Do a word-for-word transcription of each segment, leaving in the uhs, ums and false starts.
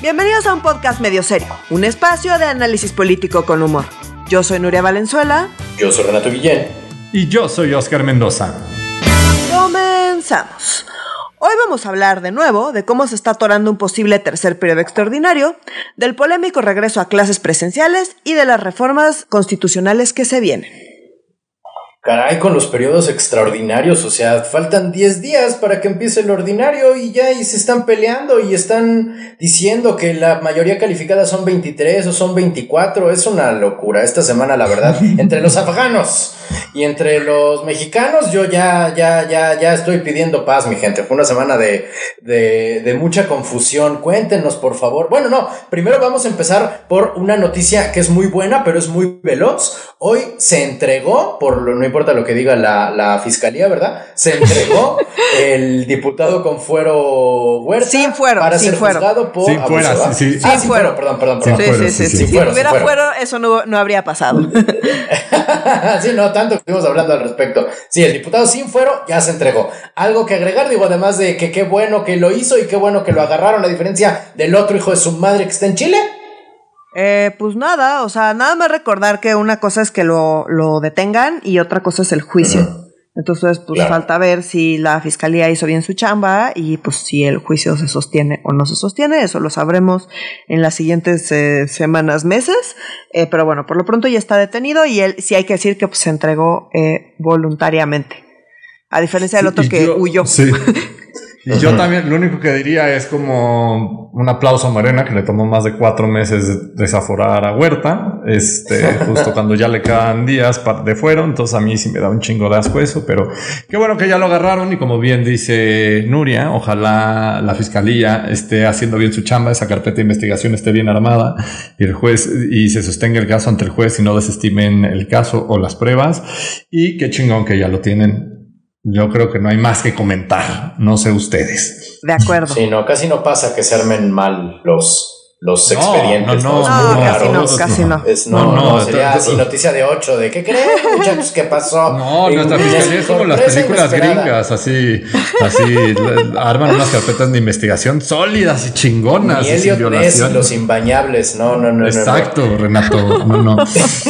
Bienvenidos a un podcast medio serio, un espacio de análisis político con humor. Yo soy Nuria Valenzuela. Yo soy Renato Guillén. Y yo soy Oscar Mendoza. Comenzamos. Hoy vamos a hablar de nuevo de cómo se está atorando un posible tercer periodo extraordinario, del polémico regreso a clases presenciales y de las reformas constitucionales que se vienen. Caray, con los periodos extraordinarios, o sea, faltan diez días para que empiece el ordinario y ya y se están peleando y están diciendo que la mayoría calificada son veintitrés o son veinticuatro. Es una locura esta semana, la verdad. Entre los afganos y entre los mexicanos, yo ya, ya, ya, ya estoy pidiendo paz, mi gente. Fue una semana de, de, de mucha confusión. Cuéntenos, por favor. Bueno, no, primero vamos a empezar por una noticia que es muy buena, pero es muy veloz. Hoy se entregó, por lo, no importa lo que diga la, la fiscalía, ¿verdad? Se entregó el diputado con fuero Huerta. Sin fuero, para sin ser fuero. juzgado por sin fuera, abuso, sí, sí. Ah, sin sin fuero. fuero, perdón, perdón, perdón. Sí, fuero, sí, sí, sí, sí. sin Si fuero, hubiera sin fuero. fuero, eso no, no habría pasado. Sí, no, tanto que estuvimos hablando al respecto. Sí, el diputado sin fuero ya se entregó. Algo que agregar, digo, además de que qué bueno que lo hizo y qué bueno que lo agarraron, a diferencia del otro hijo de su madre que está en Chile. Eh, pues nada, o sea, nada más recordar que una cosa es que lo, lo detengan y otra cosa es el juicio. Uh-huh. Entonces, pues claro, falta ver si la fiscalía hizo bien su chamba y pues si el juicio se sostiene o no se sostiene. Eso lo sabremos en las siguientes eh, semanas, meses. Eh, pero bueno, por lo pronto ya está detenido y él sí hay que decir que pues, se entregó eh, voluntariamente. A diferencia del sí, otro que yo, huyó. Sí. Y yo también, lo único que diría es como un aplauso a Morena, que le tomó más de cuatro meses desaforar a Huerta, este, justo cuando ya le quedan días de fuero. Entonces a mí sí me da un chingo de asco eso, pero qué bueno que ya lo agarraron. Y como bien dice Nuria, ojalá la fiscalía esté haciendo bien su chamba, esa carpeta de investigación esté bien armada y el juez, y se sostenga el caso ante el juez y no desestimen el caso o las pruebas. Y qué chingón que ya lo tienen. Yo creo que no hay más que comentar, no sé ustedes. De acuerdo. Sí, no, casi no pasa que se armen mal los, los no, expedientes. No, no, no, no, casi no, no, casi no. Es, no, no, no, no, sería así noticia de ocho, de ¿qué creen, muchachos? ¿Qué pasó? No, y nuestra fiscalía es como las películas inesperada. gringas, así, así, arman unas carpetas de investigación sólidas y chingonas. Ni Elliot Ness y los imbañables, no, no, no. Exacto, no, no. Renato, no, no.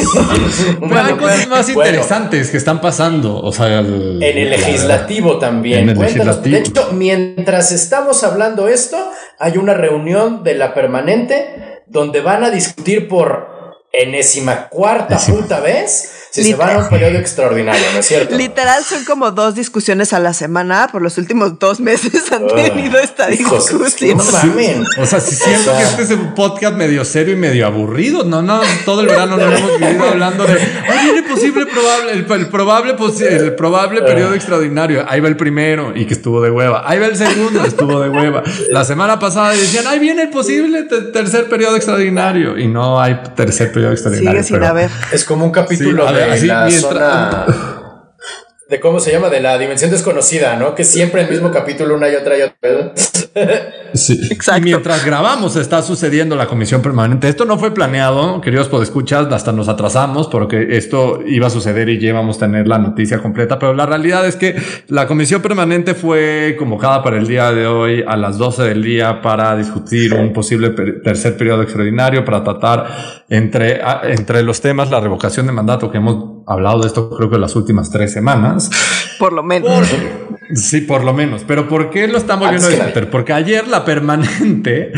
Pero hay cosas más bueno, interesantes que están pasando, o sea, el, en el legislativo también. En el Cuéntanos. legislativo. De hecho, mientras estamos hablando esto, hay una reunión de la permanente donde van a discutir por enésima cuarta sí. puta vez si Literal. se van a un periodo extraordinario, ¿no es cierto? Literal son como dos discusiones a la semana. Por los últimos dos meses han uh, tenido esta discusión. No mamen. O sea, si siento que este es un podcast medio serio y medio aburrido. No, no, todo el verano no hemos vivido hablando de ahí viene posible probable, el, el probable el probable periodo uh. extraordinario. Ahí va el primero y que estuvo de hueva. Ahí va el segundo, estuvo de hueva. La semana pasada decían, ahí viene el posible te- tercer periodo extraordinario. Y no hay tercer periodo extraordinario. Sigue sin haber. Es como un capítulo sí, de así, la mientras... zona de cómo se llama, de la dimensión desconocida, ¿no? Que siempre el mismo capítulo una y otra y otra. Sí, exacto. Y mientras grabamos está sucediendo la comisión permanente. Esto no fue planeado, queridos podescuchas, hasta nos atrasamos porque esto iba a suceder y ya íbamos a tener la noticia completa, pero la realidad es que la comisión permanente fue convocada para el día de hoy a las doce del día para discutir un posible per- tercer periodo extraordinario, para tratar entre, a, entre los temas la revocación de mandato, que hemos hablado de esto creo que las últimas tres semanas. Por lo menos. Por, sí, por lo menos. Pero ¿por qué lo están volviendo a discutir? Porque ayer la permanente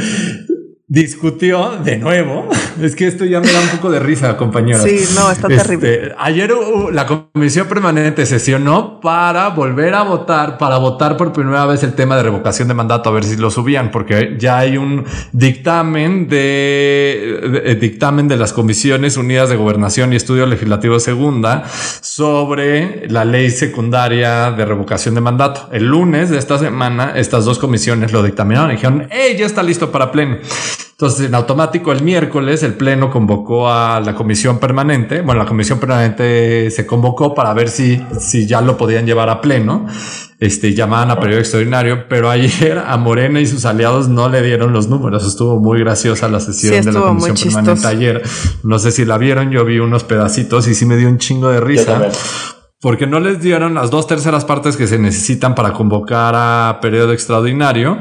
discutió de nuevo. Es que esto ya me da un poco de risa, compañeros. Sí, no, está este, terrible. Ayer uh, la comisión permanente sesionó para volver a votar, para votar por primera vez el tema de revocación de mandato, a ver si lo subían, porque ya hay un dictamen de, de, de dictamen de las Comisiones Unidas de Gobernación y Estudio Legislativo Segunda sobre la ley secundaria de revocación de mandato. El lunes de esta semana, estas dos comisiones lo dictaminaron y dijeron, ¡hey, ya está listo para pleno! Entonces, en automático, el miércoles, el Pleno convocó a la comisión permanente. Bueno, la comisión permanente se convocó para ver si, si ya lo podían llevar a pleno. Este, llamaban a periodo extraordinario, pero ayer a Morena y sus aliados no le dieron los números. Estuvo muy graciosa la sesión sí, de la comisión permanente ayer. No sé si la vieron, yo vi unos pedacitos y sí me dio un chingo de risa. porque no les dieron las dos terceras partes que se necesitan para convocar a periodo extraordinario.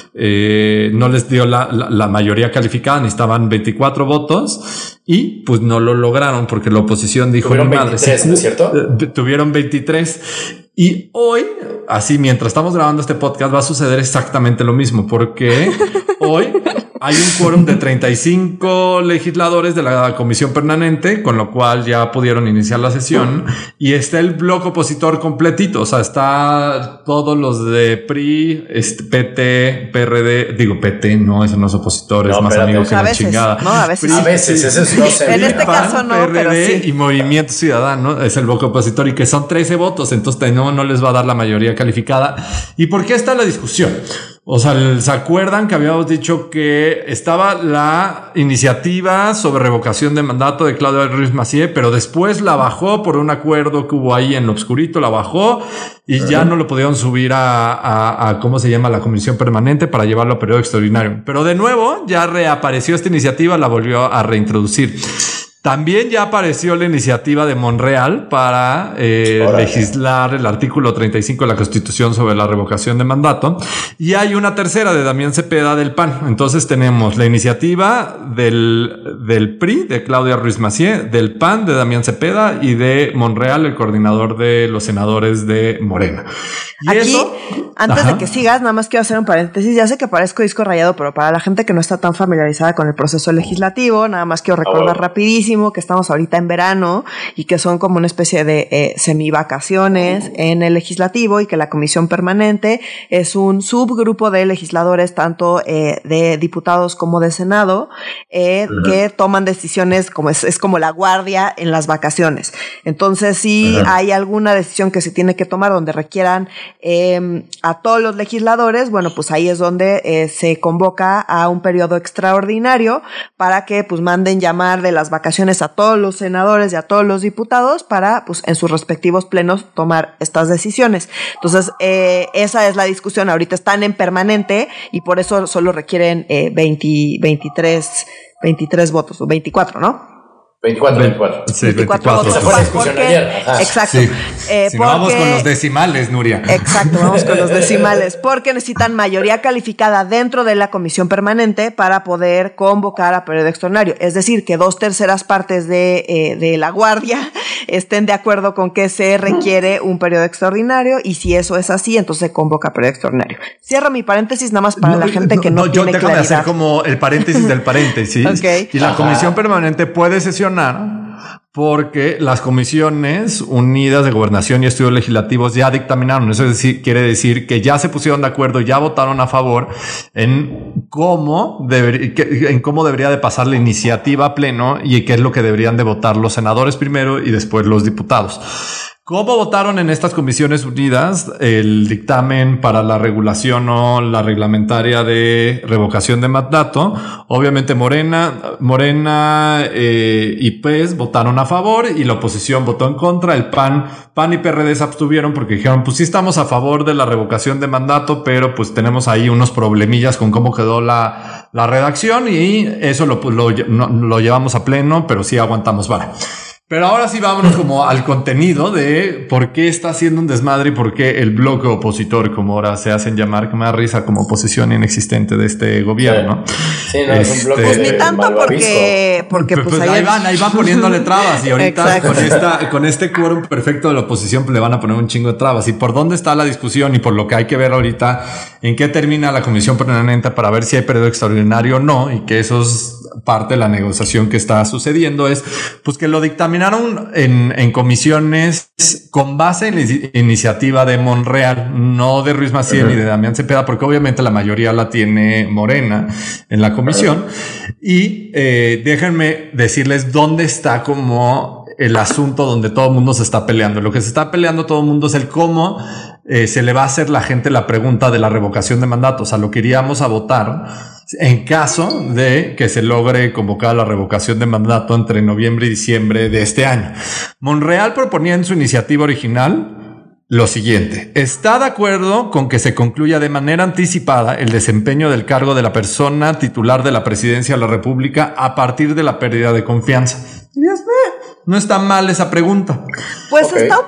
Eh, no les dio la, la, la mayoría calificada, necesitaban veinticuatro votos y pues no lo lograron porque la oposición dijo... Tuvieron veintitrés, ¿no es cierto? Eh, tuvieron veintitrés. Y hoy, así mientras estamos grabando este podcast, va a suceder exactamente lo mismo, porque hoy hay un quórum de treinta y cinco legisladores de la comisión permanente, con lo cual ya pudieron iniciar la sesión y está el bloque opositor completito. O sea, está todos los de P R I, este, P T, P R D, digo P T, no, esos no son opositores, no, más amigos que a la veces, chingada. No, a veces. P R I, a veces, ese es no sé. En este caso no, P R D pero sí. Y Movimiento Ciudadano es el bloque opositor y que son trece votos, entonces no, no les va a dar la mayoría calificada. ¿Y por qué está la discusión? O sea, ¿se acuerdan que habíamos dicho que estaba la iniciativa sobre revocación de mandato de Claudia Ruiz Massieu, pero después la bajó por un acuerdo que hubo ahí en lo obscurito, la bajó y uh-huh. ya no lo pudieron subir a, a, a, ¿cómo se llama? La comisión permanente para llevarlo a periodo extraordinario. Pero de nuevo ya reapareció esta iniciativa, la volvió a reintroducir. También ya apareció la iniciativa de Monreal para eh, legislar el artículo treinta y cinco de la Constitución sobre la revocación de mandato. Y hay una tercera de Damián Cepeda del P A N. Entonces tenemos la iniciativa del, del P R I, de Claudia Ruiz Massieu, del P A N, de Damián Cepeda, y de Monreal, el coordinador de los senadores de Morena. Y Aquí, eso, antes ajá. de que sigas, nada más quiero hacer un paréntesis. Ya sé que parezco disco rayado, pero para la gente que no está tan familiarizada con el proceso legislativo, nada más quiero recordar oh. rapidísimo que estamos ahorita en verano y que son como una especie de eh, semivacaciones en el legislativo y que la comisión permanente es un subgrupo de legisladores, tanto eh, de diputados como de senado, eh, uh-huh. que toman decisiones como es, es como la guardia en las vacaciones. Entonces, si uh-huh. hay alguna decisión que se tiene que tomar donde requieran eh, a todos los legisladores, bueno, pues ahí es donde eh, se convoca a un periodo extraordinario para que pues manden llamar de las vacaciones a todos los senadores y a todos los diputados para, pues, en sus respectivos plenos tomar estas decisiones. Entonces, eh, esa es la discusión. Ahorita están en permanente y por eso solo requieren eh, veinte, veintitrés, veintitrés votos, o veinticuatro, ¿no? veinticuatro, veinticuatro. Sí, veinticuatro. Esa fue la discusión porque, ayer. Ajá. Exacto. Sí. Eh, si porque, no, vamos con los decimales, Nuria. Exacto, vamos con los decimales. Porque necesitan mayoría calificada dentro de la comisión permanente para poder convocar a periodo extraordinario. Es decir, que dos terceras partes de, eh, de la guardia estén de acuerdo con que se requiere un periodo extraordinario y si eso es así, entonces se convoca a periodo extraordinario. Cierro mi paréntesis nada más para no, la gente no, que no, no tiene yo déjame claridad. hacer como el paréntesis del paréntesis. Okay. Y la Ajá. comisión permanente puede sesionar porque las comisiones unidas de gobernación y estudios legislativos ya dictaminaron. Eso es decir, quiere decir que ya se pusieron de acuerdo, ya votaron a favor en cómo debería, en cómo debería de pasar la iniciativa a pleno y qué es lo que deberían de votar los senadores primero y después los diputados. ¿Cómo votaron en estas comisiones unidas el dictamen para la regulación o la reglamentaria de revocación de mandato? Obviamente Morena, Morena eh, y P E S votaron a favor y la oposición votó en contra. El P A N, P A N y P R D se abstuvieron porque dijeron, pues sí estamos a favor de la revocación de mandato, pero pues tenemos ahí unos problemillas con cómo quedó la, la redacción y eso lo, lo, no, lo llevamos a pleno, pero sí aguantamos vara. Pero ahora sí vámonos como al contenido de por qué está haciendo un desmadre y por qué el bloque opositor, como ahora se hacen llamar, que me da risa, como oposición inexistente de este gobierno. Sí, no, este, es un bloque pues ni tanto porque, porque pues, pues ayer... ahí van, ahí van poniéndole trabas y ahorita con esta, con este quórum perfecto de la oposición pues le van a poner un chingo de trabas. Y por dónde está la discusión y por lo que hay que ver ahorita en qué termina la comisión permanente para ver si hay periodo extraordinario o no, y que eso es parte de la negociación que está sucediendo, es pues que lo dictaminaron en, en comisiones con base en la iniciativa de Monreal, no de Ruiz Massieu uh-huh. ni de Damián Cepeda, porque obviamente la mayoría la tiene Morena en la comisión. Uh-huh. Y eh, déjenme decirles dónde está como el asunto donde todo el mundo se está peleando. Lo que se está peleando todo el mundo es el cómo eh, se le va a hacer la gente la pregunta de la revocación de mandato. O sea, lo que iríamos a votar en caso de que se logre convocar la revocación de mandato entre noviembre y diciembre de este año. Monreal proponía en su iniciativa original lo siguiente: está de acuerdo con que se concluya de manera anticipada el desempeño del cargo de la persona titular de la presidencia de la República a partir de la pérdida de confianza. Dios mío, no está mal esa pregunta. Pues okay. está un poco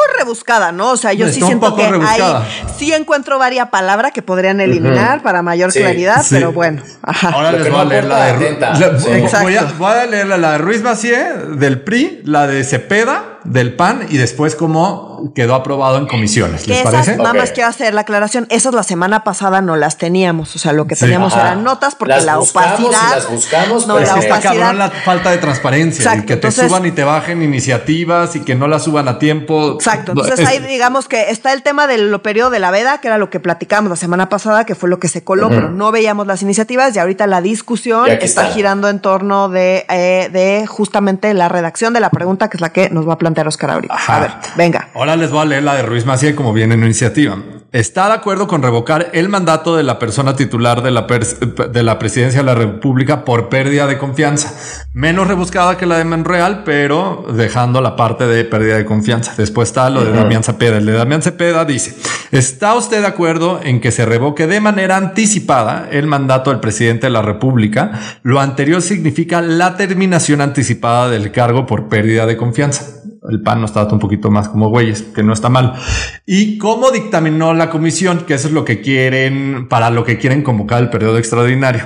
rebuscada, ¿no? O sea, yo Está sí siento que rebuscada. hay, sí encuentro varias palabras que podrían eliminar uh-huh. para mayor sí, claridad, sí. pero bueno. Ajá. Ahora les voy a leer la de la, sí. voy, a, voy a leer la de Ruiz Massieu del P R I, la de Cepeda del P A N y después cómo quedó aprobado en comisiones. ¿Les esas, parece? Nada okay. más quiero hacer la aclaración. Esas la semana pasada no las teníamos. O sea, lo que teníamos sí. eran notas porque las la opacidad. Las buscamos, no, la está cabrón la falta de transparencia. Exacto, y que te entonces, suban y te bajen iniciativas y que no las suban a tiempo. Exacto. Entonces es, ahí digamos que está el tema del periodo de la veda, que era lo que platicamos la semana pasada, que fue lo que se coló, uh-huh. pero no veíamos las iniciativas y ahorita la discusión está, está girando en torno de, eh, de justamente la redacción de la pregunta, que es la que nos va a plantear Oscar ahorita. Ajá. A ver, venga. Ahora les voy a leer la de Ruiz Massieu como viene en iniciativa. Está de acuerdo con revocar el mandato de la persona titular de la, pers- de la presidencia de la República por pérdida de confianza. Menos rebuscada que la de Monreal, pero dejando la parte de pérdida de confianza. Después está lo de uh-huh. Damián Cepeda. El de Damián Cepeda dice: ¿está usted de acuerdo en que se revoque de manera anticipada el mandato del presidente de la República? Lo anterior significa la terminación anticipada del cargo por pérdida de confianza. El P A N nos trata un poquito más como güeyes, que no está mal. ¿Y cómo dictaminó la comisión? Que eso es lo que quieren, para lo que quieren convocar el periodo extraordinario.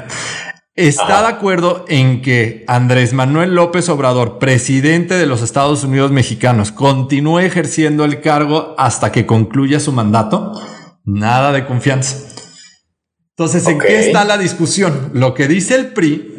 Está de acuerdo en que Andrés Manuel López Obrador, presidente de los Estados Unidos mexicanos, continúe ejerciendo el cargo hasta que concluya su mandato. Nada de confianza. Entonces, ¿en okay. qué está la discusión? Lo que dice el P R I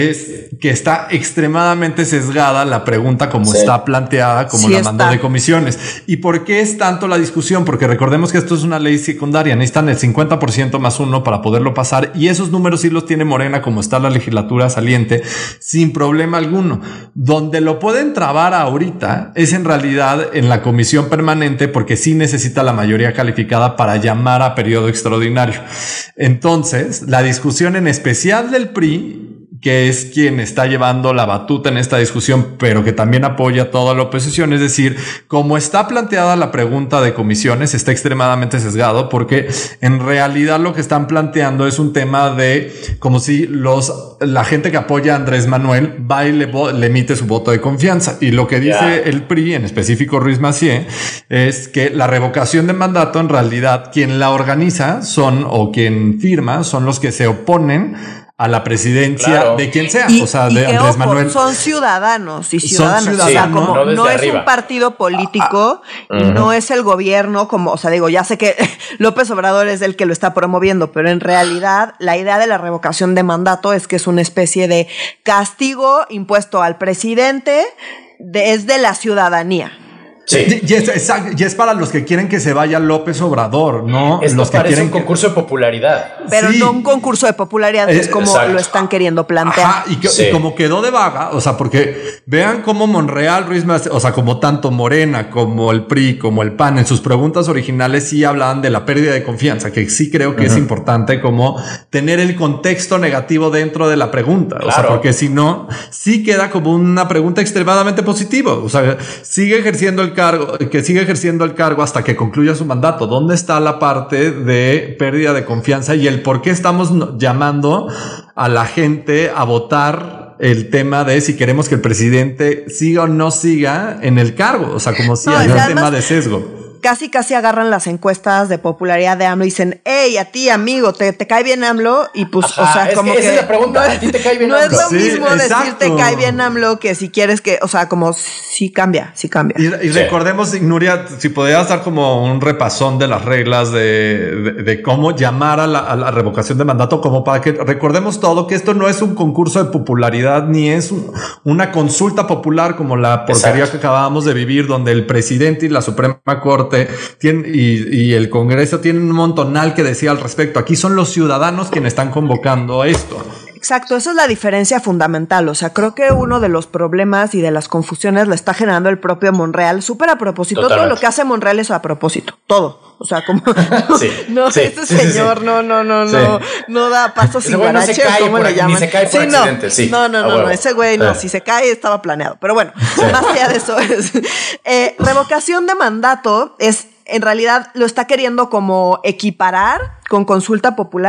es que está extremadamente sesgada la pregunta como sí. está planteada, como sí la mandó de comisiones. ¿Y por qué es tanto la discusión? Porque recordemos que esto es una ley secundaria, necesitan el cincuenta por ciento más uno para poderlo pasar y esos números sí los tiene Morena como está la legislatura saliente sin problema alguno. Donde lo pueden trabar ahorita es en realidad en la comisión permanente porque sí necesita la mayoría calificada para llamar a periodo extraordinario. Entonces, la discusión en especial del P R I, que es quien está llevando la batuta en esta discusión, pero que también apoya toda la oposición. Es decir, como está planteada la pregunta de comisiones, está extremadamente sesgado porque en realidad lo que están planteando es un tema de como si los la gente que apoya a Andrés Manuel va y le, le emite su voto de confianza. Y lo que dice yeah. el P R I, en específico Ruiz Massieu, es que la revocación de mandato en realidad quien la organiza son o quien firma son los que se oponen a la presidencia claro. de quien sea, y, o sea, y de Andrés ojo, Manuel. Son ciudadanos y ciudadanos. Son ciudadanos. O sea, como no, no es arriba. un partido político ah, y uh-huh. no es el gobierno, como, o sea, digo, ya sé que López Obrador es el que lo está promoviendo, pero en realidad la idea de la revocación de mandato es que es una especie de castigo impuesto al presidente desde la ciudadanía. Sí. Y, es, es, y es para los que quieren que se vaya López Obrador, ¿no? Esto los que parece quieren un concurso de popularidad. Pero sí. no un concurso de popularidad, es como Exacto. lo están queriendo plantear. Ajá, y, que, sí. y como quedó de vaga, o sea, porque vean cómo Monreal, Ruiz Massieu, o sea, como tanto Morena, como el P R I, como el P A N, en sus preguntas originales sí hablaban de la pérdida de confianza, que sí creo que uh-huh. es importante como tener el contexto negativo dentro de la pregunta. Claro. O sea, porque si no, sí queda como una pregunta extremadamente positiva. O sea, sigue ejerciendo el cargo, que sigue ejerciendo el cargo hasta que concluya su mandato. ¿Dónde está la parte de pérdida de confianza y el por qué estamos llamando a la gente a votar el tema de si queremos que el presidente siga o no siga en el cargo? O sea, como si no, hay un tema de sesgo. Casi, casi agarran las encuestas de popularidad de AMLO y dicen, hey, a ti, amigo, ¿te, te cae bien AMLO? Y pues, Ajá, o sea, es como que... que... Esa es la pregunta, no, ¿a ti te cae bien no AMLO? No es lo sí, mismo exacto. decir te cae bien AMLO que si quieres que... O sea, como sí cambia, sí cambia. Y, y sí. recordemos, Nuria, si podrías dar como un repasón de las reglas de, de, de cómo llamar a la, a la revocación de mandato, como para que recordemos todo, que esto no es un concurso de popularidad, ni es un, una consulta popular como la porquería Exacto. que acabábamos de vivir, donde el presidente y la Suprema Corte tienen... Y, y el Congreso tiene un montonal que decía al respecto. Aquí son los ciudadanos quienes están convocando esto. Exacto, esa es la diferencia fundamental. O sea, creo que uno de los problemas y de las confusiones la está generando el propio Monreal, súper a propósito. Totalmente. Todo lo que hace Monreal es a propósito, todo. O sea, como no, sí, no sí, este sí, señor sí, sí. no, no, no, sí. no, no da pasos sin guaraches, no ¿cómo le llaman? Ni se cae por sí, accidente, no, sí. No, no, no, no, ese güey no, si se cae estaba planeado. Pero bueno, sí. más allá de eso es eh, revocación de mandato es en realidad lo está queriendo como equiparar con consulta popular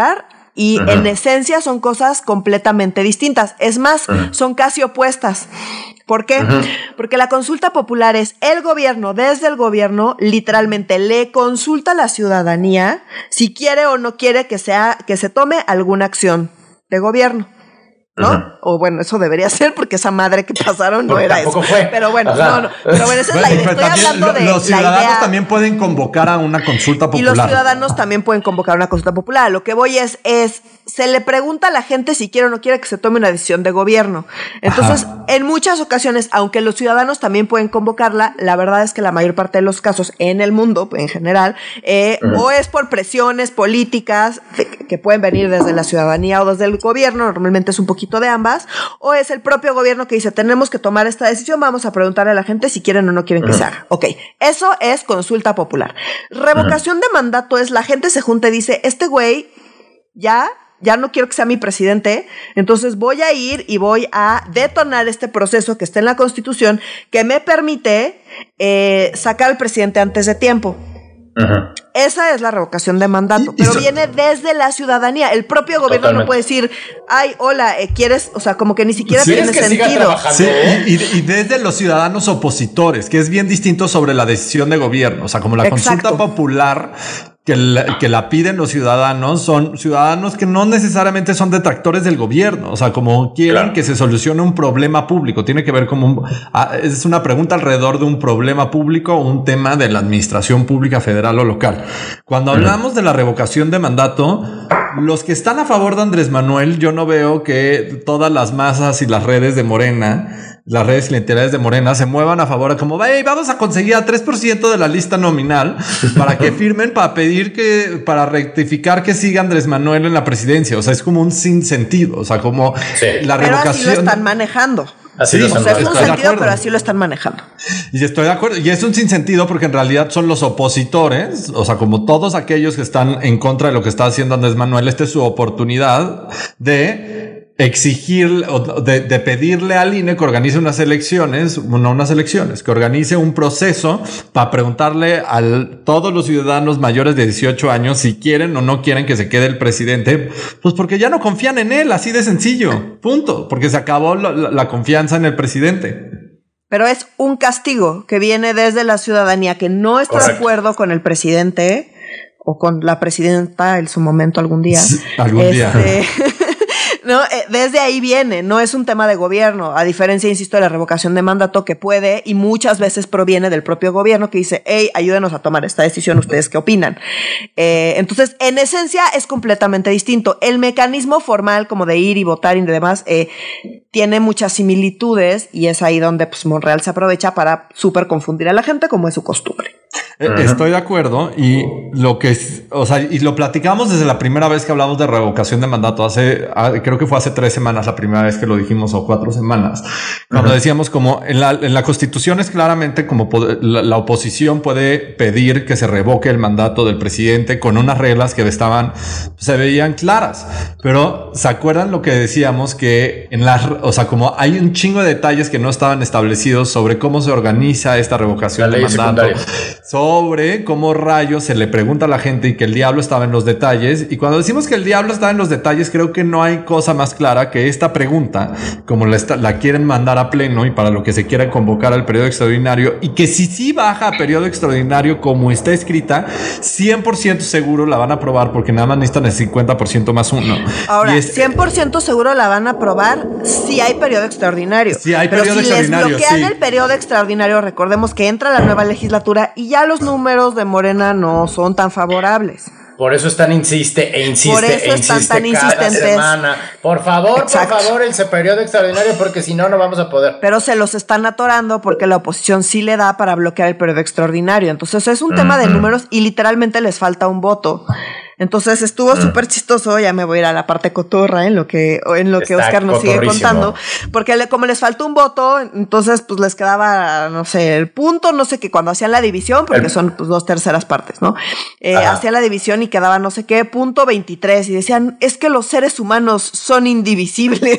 y uh-huh. en esencia son cosas completamente distintas. Es más, uh-huh. son casi opuestas. ¿Por qué? Uh-huh. Porque la consulta popular es el gobierno, desde el gobierno, literalmente le consulta a la ciudadanía si quiere o no quiere que sea, que se tome alguna acción de gobierno, ¿no? Uh-huh. O bueno, eso debería ser porque esa madre que pasaron no porque era eso. Fue. Pero bueno, Ajá. no, no. Pero bueno, esa es la idea. Estoy hablando de los ciudadanos la idea. también pueden convocar a una consulta popular. Y los ciudadanos también pueden convocar a una consulta popular. Lo que voy es, es se le pregunta a la gente si quiere o no quiere que se tome una decisión de gobierno. Entonces, Ajá. en muchas ocasiones, aunque los ciudadanos también pueden convocarla, la verdad es que la mayor parte de los casos en el mundo, en general, eh, uh-huh. o es por presiones políticas que pueden venir desde la ciudadanía o desde el gobierno, normalmente es un poquito de ambas, o es el propio gobierno que dice, tenemos que tomar esta decisión, vamos a preguntarle a la gente si quieren o no quieren uh-huh. que se haga. Ok, eso es consulta popular. Revocación uh-huh. de mandato es la gente se junta y dice, este güey ya... ya no quiero que sea mi presidente, entonces voy a ir y voy a detonar este proceso que está en la Constitución que me permite eh, sacar al presidente antes de tiempo. Uh-huh. Esa es la revocación de mandato, pero viene desde la ciudadanía. El propio gobierno Totalmente. No puede decir, ay, hola, eh, ¿quieres? O sea, como que ni siquiera sí, tiene es que sentido. Sí, y, y, y desde los ciudadanos opositores, que es bien distinto sobre la decisión de gobierno. O sea, como la Exacto. consulta popular que la, que la piden los ciudadanos, son ciudadanos que no necesariamente son detractores del gobierno. O sea, como quieren claro. que se solucione un problema público. Tiene que ver como un, es una pregunta alrededor de un problema público o un tema de la administración pública federal o local. Cuando hablamos de la revocación de mandato, los que están a favor de Andrés Manuel, yo no veo que todas las masas y las redes de Morena, las redes clientelares de Morena, se muevan a favor, como hey, vamos a conseguir a tres por ciento de la lista nominal para que firmen, para pedir que, para rectificar que siga Andrés Manuel en la presidencia. O sea, es como un sinsentido. O sea, como sí. la pero revocación. Así lo están manejando. Así sí, lo están o sea, es un sentido, pero así lo están manejando. Y estoy de acuerdo. Y es un sinsentido porque en realidad son los opositores, o sea, como todos aquellos que están en contra de lo que está haciendo Andrés Manuel, esta es su oportunidad de exigir o de, de pedirle al I N E que organice unas elecciones, no unas elecciones, que organice un proceso para preguntarle a todos los ciudadanos mayores de dieciocho años si quieren o no quieren que se quede el presidente, pues porque ya no confían en él, así de sencillo, punto, porque se acabó la, la, la confianza en el presidente. Pero es un castigo que viene desde la ciudadanía que no está Correcto. De acuerdo con el presidente o con la presidenta en su momento algún día. Sí, algún este, día. No, eh, desde ahí viene, no es un tema de gobierno, a diferencia, insisto, de la revocación de mandato que puede y muchas veces proviene del propio gobierno que dice, hey, ayúdenos a tomar esta decisión, ¿ustedes qué opinan? Eh, entonces, en esencia es completamente distinto. El mecanismo formal como de ir y votar y demás eh, tiene muchas similitudes y es ahí donde pues, Monreal se aprovecha para súper confundir a la gente como es su costumbre. Estoy de acuerdo y lo que es, o sea, y lo platicamos desde la primera vez que hablamos de revocación de mandato, hace, creo que fue hace tres semanas la primera vez que lo dijimos o cuatro semanas, cuando uh-huh. decíamos como en la, en la Constitución es claramente como poder, la, la oposición puede pedir que se revoque el mandato del presidente con unas reglas que estaban, se veían claras, pero ¿se acuerdan lo que decíamos que en la, o sea, como hay un chingo de detalles que no estaban establecidos sobre cómo se organiza esta revocación de mandato? Sobre cómo rayos se le pregunta a la gente y que el diablo estaba en los detalles. Y cuando decimos que el diablo estaba en los detalles, creo que no hay cosa más clara que esta pregunta, como la, está, la quieren mandar a pleno y para lo que se quiera convocar al periodo extraordinario, y que si sí baja a periodo extraordinario como está escrita, cien por ciento seguro la van a aprobar porque nada más necesitan el cincuenta por ciento más uno. Ahora, es, cien por ciento seguro la van a aprobar si hay periodo extraordinario. Si hay Pero periodo si extraordinario, les bloquean sí. el periodo extraordinario, recordemos que entra la nueva legislatura y ya los números de Morena no son tan favorables. Por eso están insiste e insiste Por eso e están insiste tan cada insistentes. semana. Por favor, Exacto. por favor, el periodo extraordinario, porque si no, no vamos a poder. Pero se los están atorando porque la oposición sí le da para bloquear el periodo extraordinario. Entonces es un uh-huh. tema de números y literalmente les falta un voto. Entonces estuvo uh-huh. súper chistoso, ya me voy a ir a la parte cotorra en lo que, en lo que Oscar nos sigue contando, porque le, como les faltó un voto, entonces pues les quedaba, no sé, el punto, no sé qué, cuando hacían la división, porque el... son pues, dos terceras partes, ¿no? Eh, hacían la división y quedaba no sé qué, punto veintitrés, y decían, es que los seres humanos son indivisibles.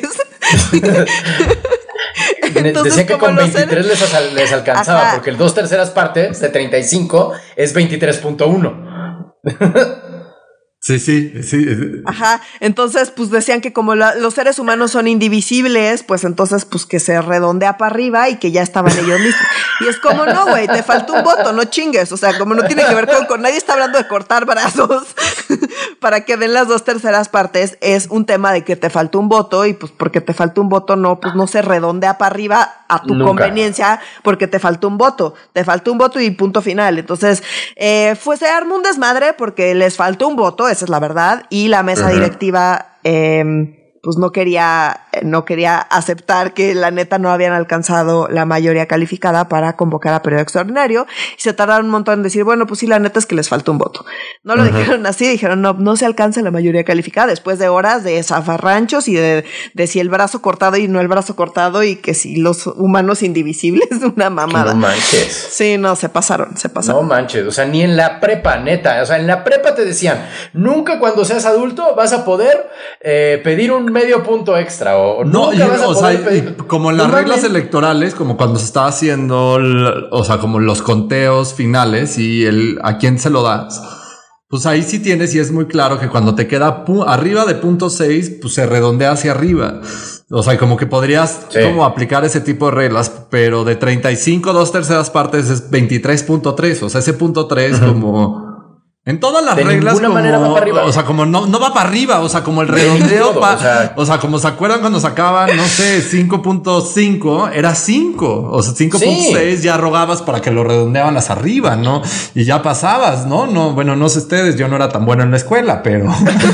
Entonces, decían que con veintitrés les, les alcanzaba, Ajá. porque el dos terceras partes de treinta y cinco es veintitrés punto uno. Sí, sí, sí. Ajá, entonces pues decían que como la, los seres humanos son indivisibles, pues entonces pues que se redondea para arriba y que ya estaban ellos listos. Y es como, no, güey, te faltó un voto, no chingues. O sea, como no tiene que ver con, con nadie está hablando de cortar brazos para que den las dos terceras partes, es un tema de que te faltó un voto y pues porque te faltó un voto no, pues no se redondea para arriba a tu Nunca. conveniencia porque te faltó un voto. Te faltó un voto y punto final. Entonces, eh, fue, se armó un desmadre porque les faltó un voto, esa es la verdad, y la mesa uh-huh. directiva eh, pues no quería, no quería aceptar que la neta no habían alcanzado la mayoría calificada para convocar a periodo extraordinario y se tardaron un montón en decir, bueno, pues sí, la neta es que les faltó un voto. No lo uh-huh. dijeron así, dijeron, no, no se alcanza la mayoría calificada después de horas de zafarranchos y de, de si el brazo cortado y no el brazo cortado y que si los humanos indivisibles, una mamada. No manches. Sí, no, se pasaron, se pasaron. No manches, o sea, ni en la prepa, neta, o sea, en la prepa te decían, nunca cuando seas adulto vas a poder eh, pedir un medio punto extra o no, nunca y, vas a o poder sea, pedir. Como en las no reglas mames. electorales, como cuando se está haciendo, el, o sea, como los conteos finales y el a quién se lo das, pues ahí sí tienes y es muy claro que cuando te queda pu- arriba de punto seis, pues se redondea hacia arriba. O sea, como que podrías sí. como aplicar ese tipo de reglas, pero de treinta y cinco, dos terceras partes es veintitrés punto tres. O sea, ese punto tres uh-huh. como... En todas las de reglas como, manera va para arriba. O sea, como no, no va para arriba, o sea, como el redondeo, pa, o, sea, o sea, como se acuerdan cuando sacaban, no sé, cinco punto cinco, era cinco, o sea, cinco punto seis sí. ya rogabas para que lo redondeaban hacia arriba, ¿no? Y ya pasabas, ¿no? No, bueno, no sé ustedes, yo no era tan bueno en la escuela, pero...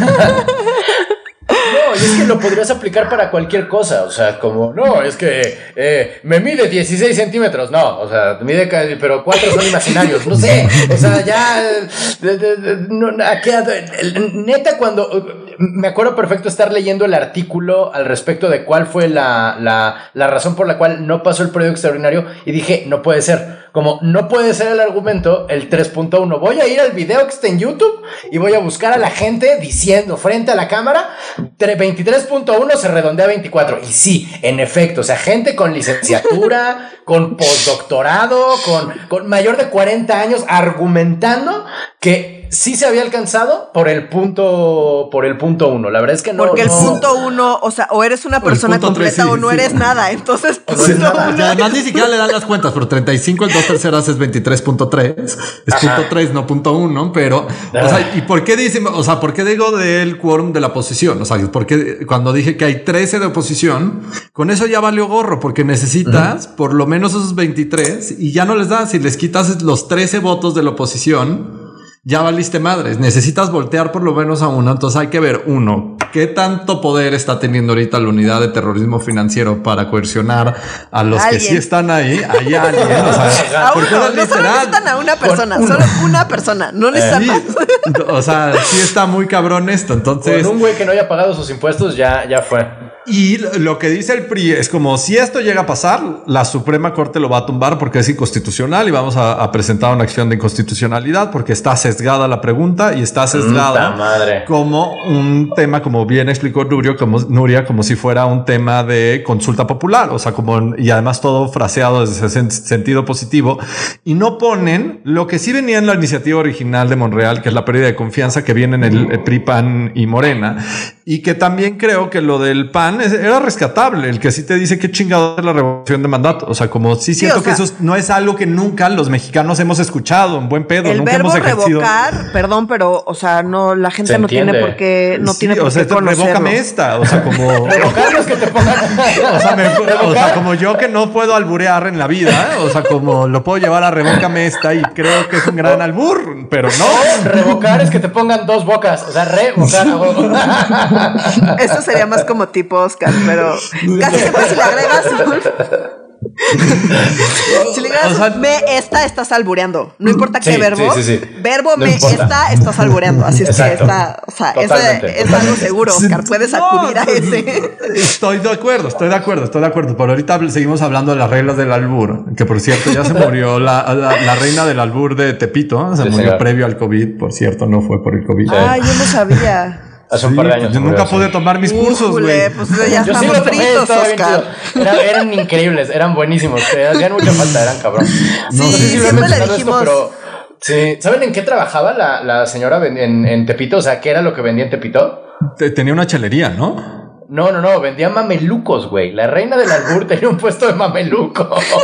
No, y es que lo podrías aplicar para cualquier cosa, o sea, como, no, es que eh, me mide dieciséis centímetros, no, o sea, mide, pero cuatro son imaginarios, no sé, o sea, ya, de, de, de, no, aquí, neta, cuando, me acuerdo perfecto estar leyendo el artículo al respecto de cuál fue la, la, la razón por la cual no pasó el periodo extraordinario y dije, no puede ser. Como no puede ser el argumento el tres punto uno. Voy a ir al video que está en YouTube y voy a buscar a la gente diciendo frente a la cámara veintitrés punto uno se redondea a veinticuatro. Y sí, en efecto, o sea, gente con licenciatura, con postdoctorado, con, con mayor de cuarenta años argumentando que sí se había alcanzado por el punto por el punto uno. La verdad es que no. Porque el no. punto uno, o sea, o eres una persona completa tres, sí, o no sí. eres nada. Entonces, punto sí, nada. uno. Además, ni siquiera le dan las cuentas, pero treinta y cinco en dos terceras es veintitrés punto tres. Es Ajá. punto tres, no punto uno. Pero, Ajá. o sea, ¿y por qué dice, o sea, por qué digo del quórum de la oposición? O sea, porque cuando dije que hay trece de oposición, con eso ya valió gorro, porque necesitas uh-huh. por lo menos esos veintitrés y ya no les das. Si les quitas los trece votos de la oposición, ya valiste madres, necesitas voltear por lo menos a uno. Entonces hay que ver, uno, qué tanto poder está teniendo ahorita la unidad de terrorismo financiero para coercionar a los ¿Alguien? que sí están ahí. Hay alguien, o sea, a uno, no solo necesitan a una persona, solo una persona, no necesitan eh, más. O sea, sí está muy cabrón esto. Entonces, con un güey que no haya pagado sus impuestos, ya, ya fue. Y lo que dice el P R I es como si esto llega a pasar, la Suprema Corte lo va a tumbar porque es inconstitucional y vamos a, a presentar una acción de inconstitucionalidad porque está sesgada la pregunta y está sesgada madre. como un tema, como bien explicó Nuria, como, Nuria, como si fuera un tema de consulta popular, o sea, como, y además todo fraseado desde ese sentido positivo, y no ponen lo que sí venía en la iniciativa original de Monreal, que es la pérdida de confianza que viene en el, el P R I, P A N y Morena, y que también creo que lo del P A N era rescatable, el que sí te dice qué chingado es la revocación de mandato. O sea, como sí siento sí, o sea, que eso no es algo que nunca los mexicanos hemos escuchado en buen pedo, el nunca verbo hemos ejercido. Revocar, perdón, pero, o sea, no, la gente no tiene por qué, no sí, tiene por o sea, qué conocerlo. Revócame esta, o sea, como revocarlos que te pongan. o, sea, me, o sea, como yo que no puedo alburear en la vida, o sea, como lo puedo llevar a revócame esta y creo que es un gran albur, pero no. Revocar es que te pongan dos bocas, o sea, revocar. Eso sería más como tipo Oscar, pero casi siempre si le agregas si le agregas o sea, me esta, estás albureando. No importa qué sí, verbo. Sí, sí, sí. Verbo no me importa. Esta, estás albureando. Así es Exacto. que está, o sea, ese es algo seguro, Oscar. Puedes no, acudir a ese. Estoy de acuerdo, estoy de acuerdo, estoy de acuerdo. Pero ahorita seguimos hablando de las reglas del albur. Que por cierto, ya se murió la, la, la reina del albur de Tepito. Se sí, murió señor. previo al COVID, por cierto, no fue por el COVID. Ah, yo no sabía. Hace un sí, par de años. Yo nunca pude sí. tomar mis cursos, güey. Pues ya yo estamos sí fritos, Oscar. Era, eran increíbles, eran buenísimos. Te hacían mucha falta, eran cabrón. Sí, no sé si siempre le dijimos. Esto, pero Sí. ¿Saben en qué trabajaba la, la señora en, en Tepito? O sea, ¿qué era lo que vendía en Tepito? Tenía una chelería, ¿no? No, no, no, vendía mamelucos, güey. La reina del albur tenía un puesto de mamelucos.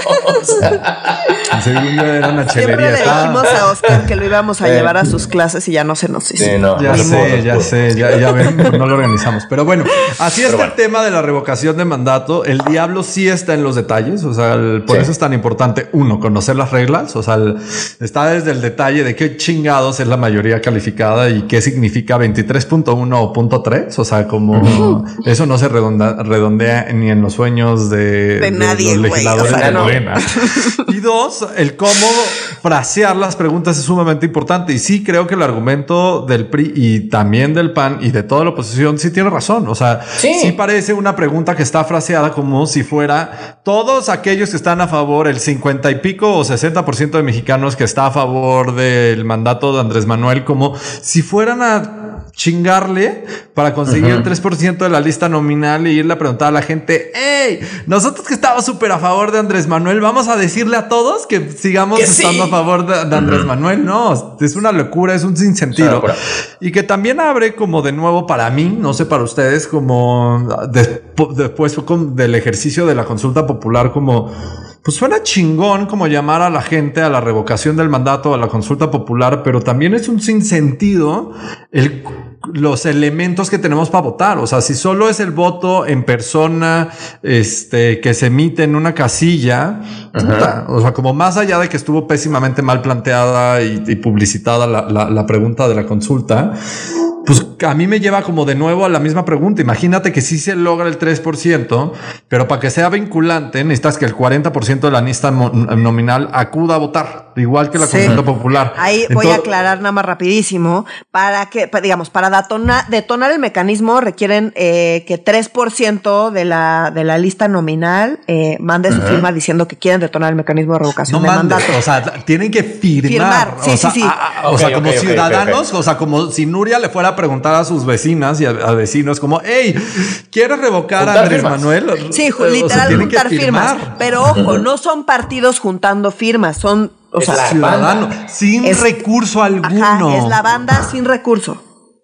Era una chelería. Siempre le dijimos a Oscar que lo íbamos a eh. llevar a sus clases y ya no se nos hizo. Sí, no, ya, sé, ya sé, ya, ya ven, no lo organizamos. Pero bueno, así está bueno. El tema de la revocación de mandato. El diablo sí está en los detalles. O sea, el, por sí. eso es tan importante, uno, conocer las reglas. O sea, el, está desde el detalle de qué chingados es la mayoría calificada y qué significa veintitrés punto uno o punto tres. O sea, como... Uh-huh. Eso no se redonda, redondea ni en los sueños de, de, de nadie, los legisladores wey, o sea, de Morena. No. Y dos, el cómo frasear las preguntas es sumamente importante. Y sí creo que el argumento del P R I y también del P A N y de toda la oposición sí tiene razón. O sea, sí, sí parece una pregunta que está fraseada como si fuera todos aquellos que están a favor, el cincuenta y pico o sesenta por ciento de mexicanos que está a favor del mandato de Andrés Manuel, como si fueran a chingarle para conseguir uh-huh. el tres por ciento de la lista nominal y irle a preguntar a la gente, hey, nosotros que estamos súper a favor de Andrés Manuel, vamos a decirle a todos que sigamos que estando sí. a favor de, de Andrés uh-huh. Manuel. No, es una locura, es un sinsentido. Sí, y que también abre como de nuevo para mí, no sé para ustedes, como de, después del ejercicio de la consulta popular, como pues suena chingón como llamar a la gente a la revocación del mandato, a la consulta popular, pero también es un sinsentido el, los elementos que tenemos para votar. O sea, si solo es el voto en persona, este, que se emite en una casilla, puta, o sea, como más allá de que estuvo pésimamente mal planteada y, y publicitada la, la, la pregunta de la consulta, pues a mí me lleva como de nuevo a la misma pregunta. Imagínate que sí se logra el tres por ciento, pero para que sea vinculante necesitas que el cuarenta por ciento de la lista nominal acuda a votar, igual que la sí. consulta popular. Ahí Entonces, voy a aclarar nada más rapidísimo. Para que, digamos, para detonar, detonar el mecanismo requieren eh, que tres por ciento de la, de la lista nominal eh, mande uh-huh. su firma diciendo que quieren detonar el mecanismo de revocación no de mande, mandato. O sea, tienen que firmar. firmar. Sí, o sea, sí, sí. A, a, okay, o sea, como okay, ciudadanos, okay, okay. o sea, como si Nuria le fuera a preguntar a sus vecinas y a, a vecinos como, hey, ¿quieres revocar juntar a Andrés firmas. Manuel? Sí, literal, o sea, juntar firmas. Pero ojo, no son partidos juntando firmas, son, o es sea, ciudadanos, sin es, recurso alguno. Ajá, es la banda sin recurso.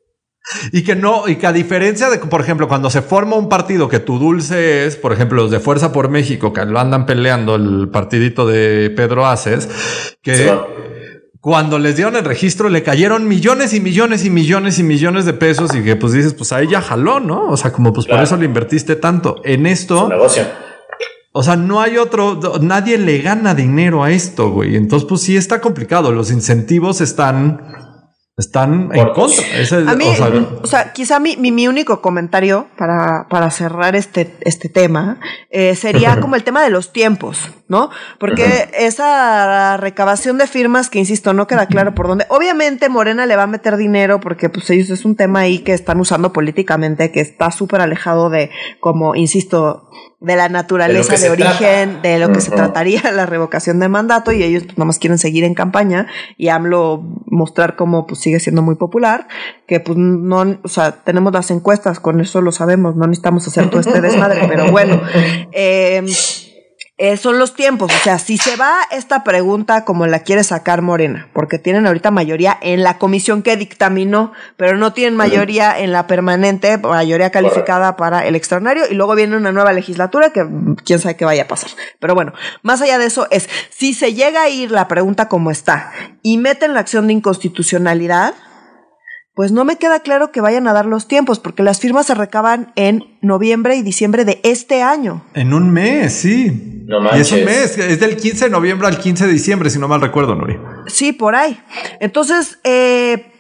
Y que no, y que a diferencia de, por ejemplo, cuando se forma un partido que tu dulce es, por ejemplo, los de Fuerza por México, que lo andan peleando, el partidito de Pedro Aces, que sí. cuando les dieron el registro le cayeron millones y millones y millones y millones de pesos y que pues dices, pues ahí ya jaló, ¿no? O sea, como pues claro. por eso le invertiste tanto. En esto... Es un negocio. O sea, no hay otro... Nadie le gana dinero a esto, güey. Entonces, pues sí está complicado. Los incentivos están... Están en contra. Es el, a mí, o sea, o sea, quizá mi, mi, mi único comentario para, para cerrar este, este tema eh, sería como el tema de los tiempos, ¿no? Porque esa recabación de firmas que, insisto, no queda claro por dónde. Obviamente Morena le va a meter dinero porque pues ellos es un tema ahí que están usando políticamente, que está súper alejado de, como, insisto, de la naturaleza de, de origen, trata. de lo que uh-huh. se trataría la revocación de mandato, y ellos pues nada más quieren seguir en campaña y AMLO mostrar cómo pues sigue siendo muy popular, que pues no, o sea, tenemos las encuestas, con eso lo sabemos, no necesitamos hacer todo este desmadre, pero bueno, eh, eh, son los tiempos. O sea, si se va esta pregunta como la quiere sacar Morena, porque tienen ahorita mayoría en la comisión que dictaminó, pero no tienen mayoría en la permanente, mayoría calificada para el extraordinario, y luego viene una nueva legislatura que quién sabe qué vaya a pasar. Pero bueno, más allá de eso es, si se llega a ir la pregunta como está y meten la acción de inconstitucionalidad, pues no me queda claro que vayan a dar los tiempos, porque las firmas se recaban en noviembre y diciembre de este año. En un mes, sí. No manches. Y es un mes, es del quince de noviembre al quince de diciembre, si no mal recuerdo, Nuri. Sí, por ahí. Entonces, eh,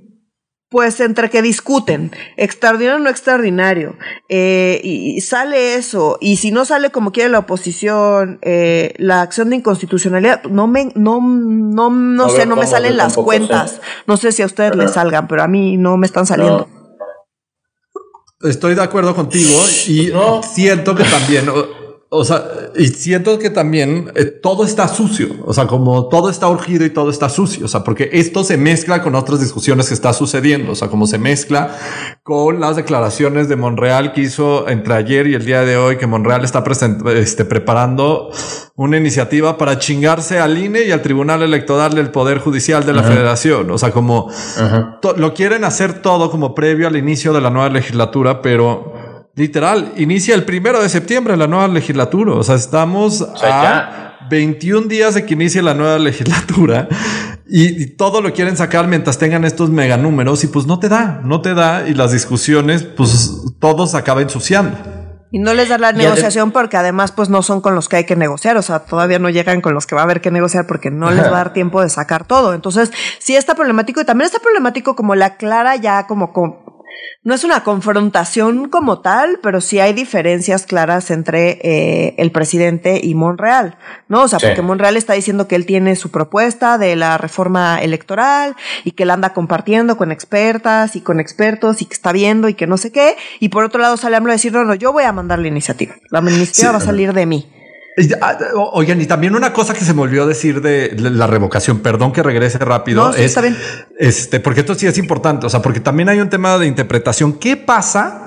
pues entre que discuten, extraordinario o no extraordinario, eh, y, y sale eso, y si no sale como quiere la oposición, eh, la acción de inconstitucionalidad, no me, no, no, no sé, no me salen las cuentas. Sé. No sé si a ustedes les salgan, pero a mí no me están saliendo. No. Estoy de acuerdo contigo y no. siento que también, o, o sea, y siento que también eh, todo está sucio, o sea, como todo está urgido y todo está sucio, o sea, porque esto se mezcla con otras discusiones que está sucediendo, o sea, como se mezcla con las declaraciones de Monreal que hizo entre ayer y el día de hoy, que Monreal está present- este, preparando una iniciativa para chingarse al I N E y al Tribunal Electoral del Poder Judicial de la uh-huh. Federación, o sea, como to- lo quieren hacer todo como previo al inicio de la nueva legislatura, pero literal, inicia el primero de septiembre la nueva legislatura. O sea, estamos o sea, a ya. veintiún días de que inicie la nueva legislatura y, y todo lo quieren sacar mientras tengan estos mega números y pues no te da, no te da y las discusiones, pues todo se acaba ensuciando. Y no les da la negociación porque además pues no son con los que hay que negociar, o sea, todavía no llegan con los que va a haber que negociar porque no les va a dar tiempo de sacar todo. Entonces, sí está problemático y también está problemático como la clara ya como... como no es una confrontación como tal, pero sí hay diferencias claras entre eh, el presidente y Monreal, ¿no? O sea, sí. Porque Monreal está diciendo que él tiene su propuesta de la reforma electoral y que la anda compartiendo con expertas y con expertos y que está viendo y que no sé qué. Y por otro lado sale AMLO a decir, no, no, yo voy a mandar la iniciativa. La iniciativa sí. va a salir de mí. Oigan, y también una cosa que se me olvidó decir de la revocación, perdón que regrese rápido, no, sí, es, está bien. este, porque esto sí es importante, o sea, porque también hay un tema de interpretación. ¿Qué pasa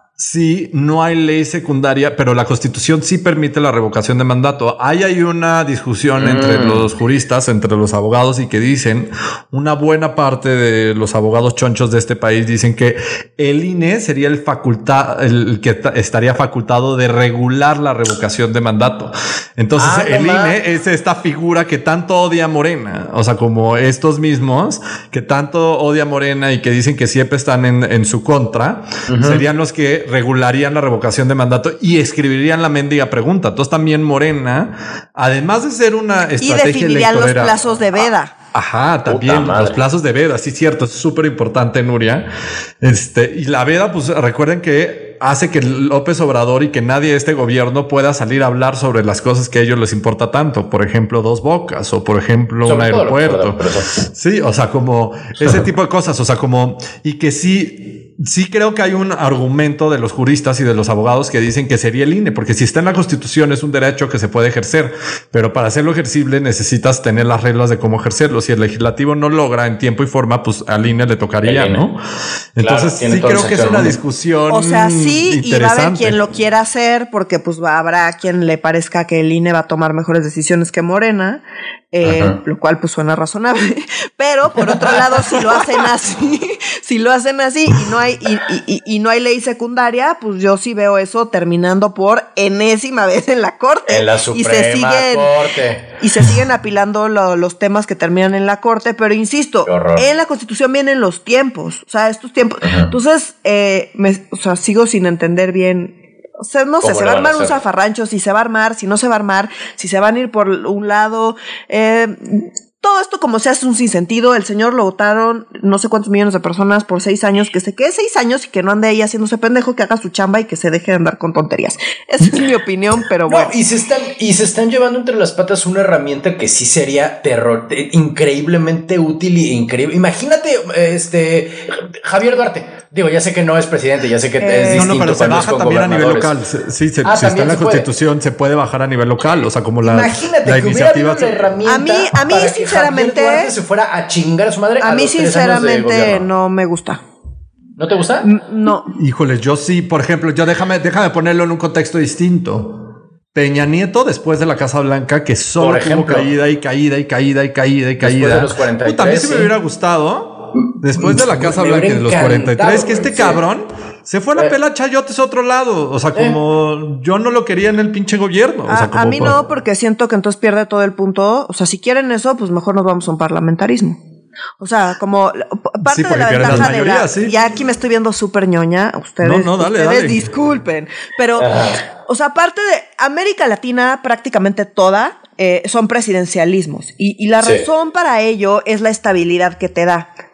si no hay ley secundaria, pero la Constitución sí permite la revocación de mandato? Ahí hay una discusión mm. entre los juristas, entre los abogados, y que dicen, una buena parte de los abogados chonchos de este país dicen que el I N E sería el facultad, el que t- estaría facultado de regular la revocación de mandato. Entonces, ah, el no I N E es esta figura que tanto odia a Morena, o sea, como estos mismos que tanto odia a Morena y que dicen que siempre están en, en su contra, uh-huh. serían los que regularían la revocación de mandato y escribirían la mendiga pregunta. Entonces también Morena, además de ser una estrategia electoral, y definirían los plazos de veda. Ajá, también los plazos de veda, sí, cierto, es súper importante, Nuria. Este, y la veda, pues recuerden que hace que López Obrador y que nadie de este gobierno pueda salir a hablar sobre las cosas que a ellos les importa tanto. Por ejemplo, Dos Bocas o por ejemplo sobre un aeropuerto. Sí, o sea, como ese tipo de cosas, o sea, como, y que sí, sí creo que hay un argumento de los juristas y de los abogados que dicen que sería el I N E, porque si está en la Constitución es un derecho que se puede ejercer, pero para hacerlo ejercible necesitas tener las reglas de cómo ejercerlo. Si el legislativo no logra en tiempo y forma, pues al I N E le tocaría, ¿no? Entonces claro, sí creo que es una discusión. O sea, sí, y va a haber quien lo quiera hacer, porque pues habrá quien le parezca que el I N E va a tomar mejores decisiones que Morena, eh, lo cual pues suena razonable, pero por otro lado, si lo hacen así, si lo hacen así y no hay y, y, y no hay ley secundaria, pues yo sí veo eso terminando por enésima vez en la Corte. En la Suprema y se siguen, Corte. Y se siguen apilando lo, los temas que terminan en la Corte, pero insisto, en la Constitución vienen los tiempos, o sea, estos tiempos. Uh-huh. Entonces, eh, me, o sea, sigo sin entender bien. O sea, no sé, se va a armar un zafarrancho, si se va a armar, si no se va a armar, si se van a ir por un lado. Eh, todo esto como se hace un sinsentido. El señor lo votaron no sé cuántos millones de personas por seis años, que se quede seis años y que no ande ahí haciéndose pendejo, que haga su chamba y que se deje de andar con tonterías. Esa es mi opinión, pero bueno. No, y se están, y se están llevando entre las patas una herramienta que sí sería terror, increíblemente útil y increíble. Imagínate, este, Javier Duarte. Digo, ya sé que no es presidente, ya sé que eh, es distinto. No, no, pero se baja también a nivel local. Sí, se, ah, si está en la se Constitución, puede. se puede bajar a nivel local. O sea, como la, Imagínate la que iniciativa. Hubiera una herramienta a mí, a mí para sinceramente. Que Javier Duarte se fuera a chingar a su madre. A, a mí, los sinceramente, no me gusta. ¿No te gusta? No. Híjole, yo sí, por ejemplo, yo déjame, déjame ponerlo en un contexto distinto. Peña Nieto, después de la Casa Blanca, que solo tuvo caída y caída y caída y caída y caída. Después de los cuarenta y tres. Puta, a mí sí me hubiera gustado. Después de la Casa Blanca de los cuarenta y tres, que este cabrón se fue a la pela chayotes a otro lado. O sea, como yo no lo quería en el pinche gobierno. O sea, a, a mí no, porque siento que entonces pierde todo el punto. O sea, si quieren eso, pues mejor nos vamos a un parlamentarismo. O sea, como parte sí, de la ventaja de la... Sí. Ya aquí me estoy viendo súper ñoña. Ustedes, no, no, dale, ustedes dale. disculpen. Pero, Ajá. o sea, aparte de América Latina, prácticamente toda... Eh, son presidencialismos y, y la sí. razón para ello es la estabilidad que te da.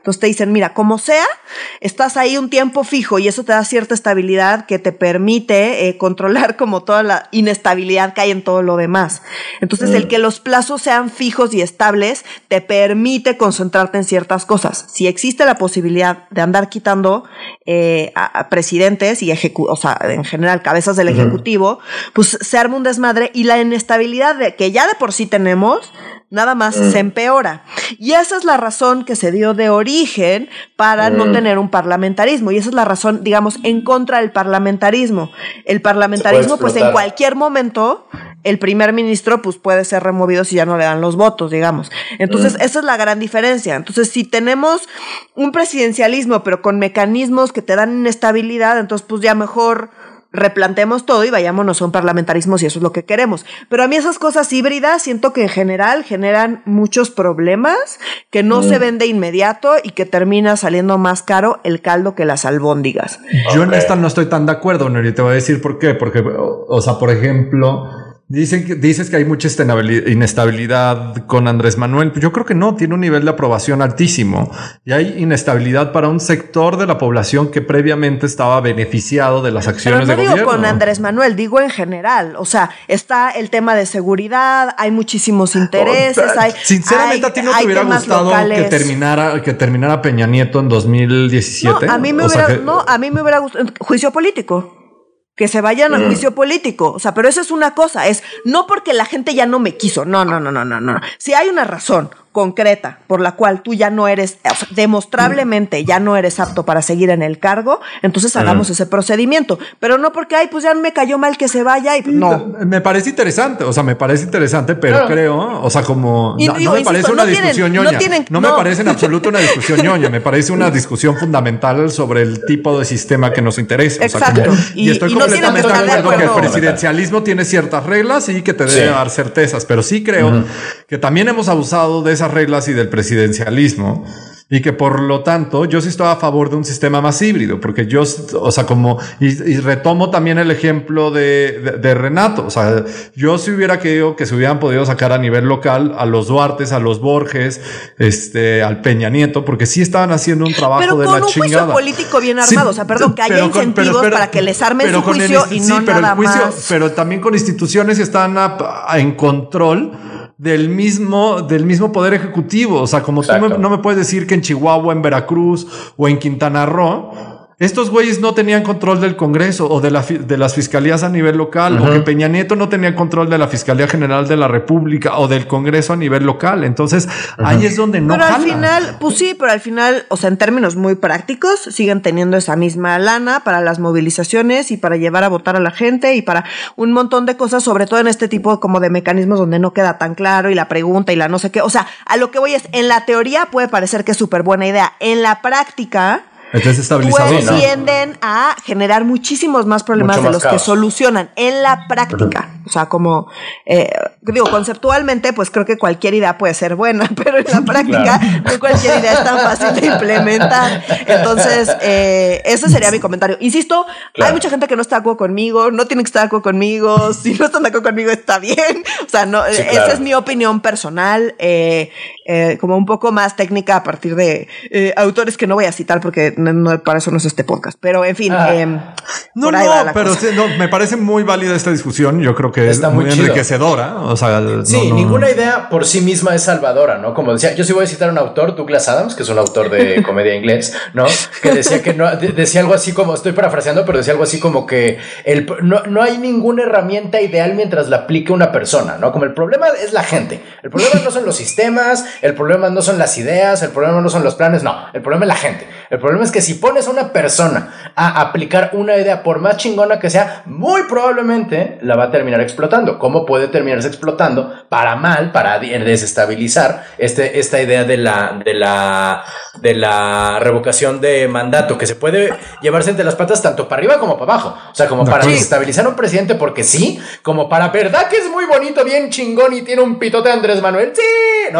Entonces te dicen, mira, como sea, estás ahí un tiempo fijo y eso te da cierta estabilidad que te permite eh, controlar como toda la inestabilidad que hay en todo lo demás. Entonces, mm. el que los plazos sean fijos y estables te permite concentrarte en ciertas cosas. Si existe la posibilidad de andar quitando eh, a, a presidentes y ejecu- o sea, en general, cabezas del uh-huh. ejecutivo, pues se arma un desmadre y la inestabilidad de, que ya de por sí tenemos, nada más mm. se empeora. Y esa es la razón que se dio de origen para mm. no tener un parlamentarismo. Y esa es la razón, digamos, en contra del parlamentarismo. El parlamentarismo, pues en cualquier momento, el primer ministro pues puede ser removido si ya no le dan los votos, digamos. Entonces, mm. esa es la gran diferencia. Entonces, si tenemos un presidencialismo, pero con mecanismos que te dan inestabilidad, entonces pues ya mejor replantemos todo y vayámonos a un parlamentarismo si eso es lo que queremos. Pero a mí esas cosas híbridas siento que en general generan muchos problemas que no mm. se ven de inmediato y que termina saliendo más caro el caldo que las albóndigas. Yo okay. en esta no estoy tan de acuerdo, Neri, te voy a decir por qué. Porque, o, o sea, por ejemplo... Dicen que, dices que hay mucha inestabilidad con Andrés Manuel. Yo creo que no, tiene un nivel de aprobación altísimo. Y hay inestabilidad para un sector de la población que previamente estaba beneficiado de las acciones Pero no de digo gobierno. Con Andrés Manuel, digo en general. O sea, está el tema de seguridad, hay muchísimos intereses. Oh, hay, sinceramente, hay, ¿a ti no te hubiera gustado locales. que terminara, que terminara Peña Nieto en dos mil diecisiete? No, a mí me o hubiera, sea que... no, a mí me hubiera gustado juicio político. Que se vayan a juicio político. O sea, pero eso es una cosa. Es no porque la gente ya no me quiso. No, no, no, no, no, no. Si hay una razón concreta por la cual tú ya no eres, o sea, demostrablemente ya no eres apto para seguir en el cargo, entonces hagamos uh-huh. ese procedimiento. Pero no porque, ay, pues ya me cayó mal que se vaya y no. Me parece interesante, o sea, me parece interesante, pero claro. creo, o sea, como y, no, digo, no me parece insisto, una no discusión tienen, ñoña. No, tienen, no, no me parece en absoluto una discusión ñoña, me parece una discusión fundamental sobre el tipo de sistema que nos interesa. Exacto. O sea, como, y, y estoy y completamente no de acuerdo que el presidencialismo tiene ciertas reglas y que te debe sí. dar certezas, pero sí creo uh-huh. que también hemos abusado de esas reglas y del presidencialismo y que por lo tanto yo sí estoy a favor de un sistema más híbrido, porque yo, o sea, como, y, y retomo también el ejemplo de, de, de Renato, o sea, yo si hubiera querido que se hubieran podido sacar a nivel local a los Duartes, a los Borges, este, al Peña Nieto, porque sí estaban haciendo un trabajo pero de la chingada. Pero con un juicio político bien armado, sí, o sea, perdón, que haya con, incentivos pero, pero, para que les armen su juicio el, y sí, no pero nada el juicio, más. Pero también con instituciones que están a, a, en control del mismo, del mismo poder ejecutivo. O sea, como Exacto. tú me, no me puedes decir que en Chihuahua, en Veracruz o en Quintana Roo, estos güeyes no tenían control del Congreso o de, la, de las fiscalías a nivel local, uh-huh. o que Peña Nieto no tenía control de la Fiscalía General de la República o del Congreso a nivel local. Entonces, uh-huh. ahí es donde no Pero jala. al final, pues sí, pero al final, o sea, en términos muy prácticos, siguen teniendo esa misma lana para las movilizaciones y para llevar a votar a la gente y para un montón de cosas, sobre todo en este tipo como de mecanismos donde no queda tan claro y la pregunta y la no sé qué. O sea, a lo que voy es, en la teoría puede parecer que es súper buena idea. En la práctica... Entonces estabilizador, pues tienden ¿no? a generar muchísimos más problemas Mucho de los caos. que solucionan en la práctica. O sea, como eh, digo, conceptualmente, pues creo que cualquier idea puede ser buena, pero en la práctica claro. no cualquier idea es tan fácil de implementar. Entonces, eh, ese sería mi comentario. Insisto, claro. hay mucha gente que no está de acuerdo conmigo, no tiene que estar de acuerdo conmigo. Si no están de acuerdo conmigo, está bien. O sea, no, sí, claro. esa es mi opinión personal, eh, eh, como un poco más técnica a partir de eh, autores que no voy a citar porque No, no, para eso no es este podcast, pero en fin. Ah. Eh, no, no, pero sí, no, me parece muy válida esta discusión. Yo creo que Está es muy, muy enriquecedora. O sea, sí, no, no, ninguna idea por sí misma es salvadora, ¿no? Como decía, yo sí voy a citar a un autor, Douglas Adams, que es un autor de comedia inglés, ¿no? Que decía que no, de, decía algo así como, estoy parafraseando, pero decía algo así como que el, no, no hay ninguna herramienta ideal mientras la aplique una persona, ¿no? Como el problema es la gente. El problema no son los sistemas, el problema no son las ideas, el problema no son los planes, no. El problema es la gente. El problema es que si pones a una persona a aplicar una idea, por más chingona que sea, muy probablemente la va a terminar explotando. ¿Cómo puede terminarse explotando? Para mal, para desestabilizar este, esta idea de la, de, la, de la revocación de mandato, que se puede llevarse entre las patas tanto para arriba como para abajo. O sea, como para sí. desestabilizar a un presidente porque sí, como para verdad que es muy bonito, bien chingón y tiene un pitote de Andrés Manuel, sí, ¿no? O sea,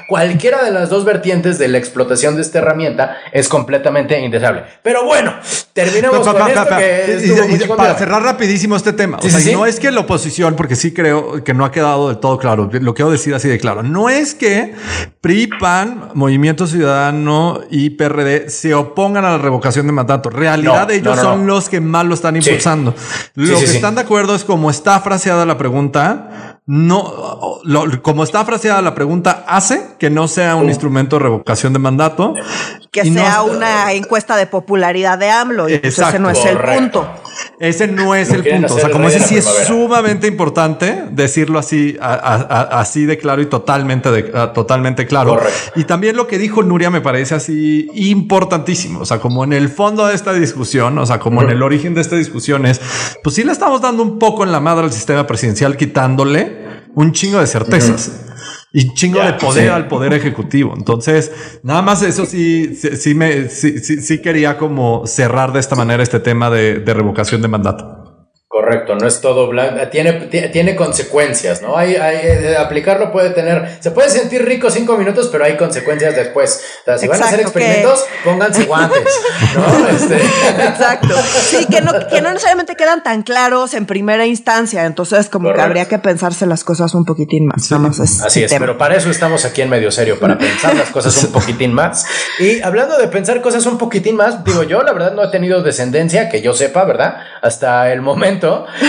cualquiera de las dos vertientes de la explotación de esta herramienta es completamente indeseable. Pero bueno, terminamos pa, pa, con pa, esto pa, que y, estuvo y, mucho y, Para cerrar rapidísimo este tema, sí, o sea, sí, sí. no es que la oposición, porque sí creo que no ha quedado del todo claro, lo quiero decir así de claro, no es que P R I, P A N, Movimiento Ciudadano y P R D se opongan a la revocación de mandato. Realidad no, ellos no, no, son no. los que más lo están impulsando. Sí. Lo sí, que sí, están sí. de acuerdo es como está fraseada la pregunta, no, lo, como está fraseada la pregunta hace que no sea un uh. instrumento de revocación de mandato. Que sea no, una encuesta de popularidad de AMLO y pues ese no es Correcto. el punto. Ese no es no el punto. O sea, como ese sí es sumamente importante decirlo así, a, a, a, así de claro y totalmente, de, a, totalmente claro. Correcto. Y también lo que dijo Nuria me parece así importantísimo. O sea, como en el fondo de esta discusión, o sea, como uh-huh. en el origen de esta discusión es, pues sí le estamos dando un poco en la madre al sistema presidencial, quitándole un chingo de certezas. Uh-huh. Y chingo yeah, de poder sí. al poder ejecutivo. Entonces, nada más eso sí, sí, sí me, sí, sí, sí quería como cerrar de esta manera este tema de, de revocación de mandato. Correcto, no es todo blanco, tiene, tiene consecuencias, ¿no? Hay, hay, aplicarlo puede tener, se puede sentir rico cinco minutos, pero hay consecuencias después. O sea, si Exacto, van a hacer experimentos, que... pónganse guantes, ¿no? Este... Exacto. Sí, que no, que no necesariamente quedan tan claros en primera instancia, entonces como Correcto. que habría que pensarse las cosas un poquitín más. Sí. Más es Así es, tema. Pero para eso estamos aquí en Medio Serio, para pensar las cosas un poquitín más. Y hablando de pensar cosas un poquitín más, digo yo, la verdad no he tenido descendencia, que yo sepa, ¿verdad? Hasta el momento.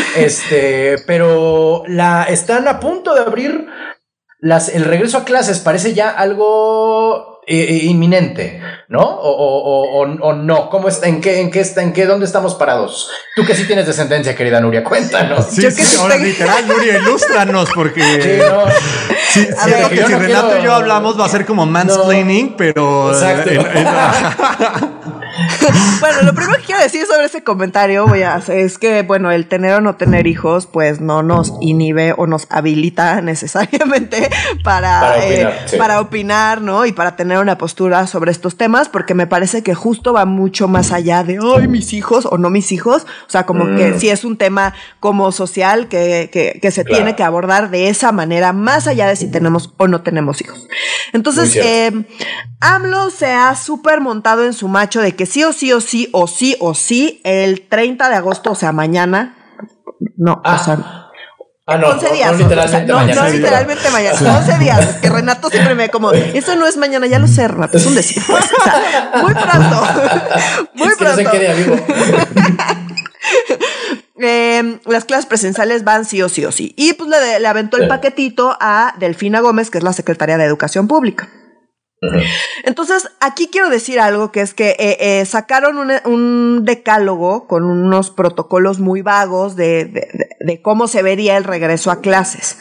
Este, pero la están a punto de abrir las, el regreso a clases, parece ya algo eh, inminente, ¿no? O, o, o, o no, ¿cómo está? ¿En qué, en qué está? ¿En qué? ¿Dónde estamos parados? Tú que sí tienes descendencia, querida Nuria, cuéntanos. Sí, yo sí, que sí ahora tengo... literal, Nuria, ilústranos, porque sí, no. sí, a sí, ver, que si no Renato quiero... y yo hablamos va a ser como mansplaining, no. pero exacto. En, en... Bueno, lo primero que quiero decir sobre ese comentario voy a hacer es que, bueno, el tener o no tener hijos, pues no nos inhibe o nos habilita necesariamente para, para, opinar, eh, sí. para opinar, ¿no? Y para tener una postura sobre estos temas, porque me parece que justo va mucho más allá de, ay, mis hijos o no mis hijos. O sea, como mm. que sí es un tema como social que, que, que se claro. tiene que abordar de esa manera, más allá de si tenemos o no tenemos hijos. Entonces, eh, AMLO se ha súper montado en su macho de que sí o sí o sí o sí o sí el treinta de agosto, o sea, mañana. No, ah. o sea, ah, no, once días. No, no literalmente o sea, mañana. No, no literalmente mañana. Sí. once días. Que Renato siempre me como, eso no es mañana, ya lo sé, Renato, es un decir. O sea, muy pronto. Muy es que pronto. No sé qué día vivo. Eh, las clases presenciales van sí o sí o sí. Y pues le, le aventó el paquetito a Delfina Gómez, que es la secretaria de Educación Pública. Uh-huh. Entonces, aquí quiero decir algo, que es que eh, eh, sacaron un, un decálogo con unos protocolos muy vagos de, de, de, de cómo se vería el regreso a clases.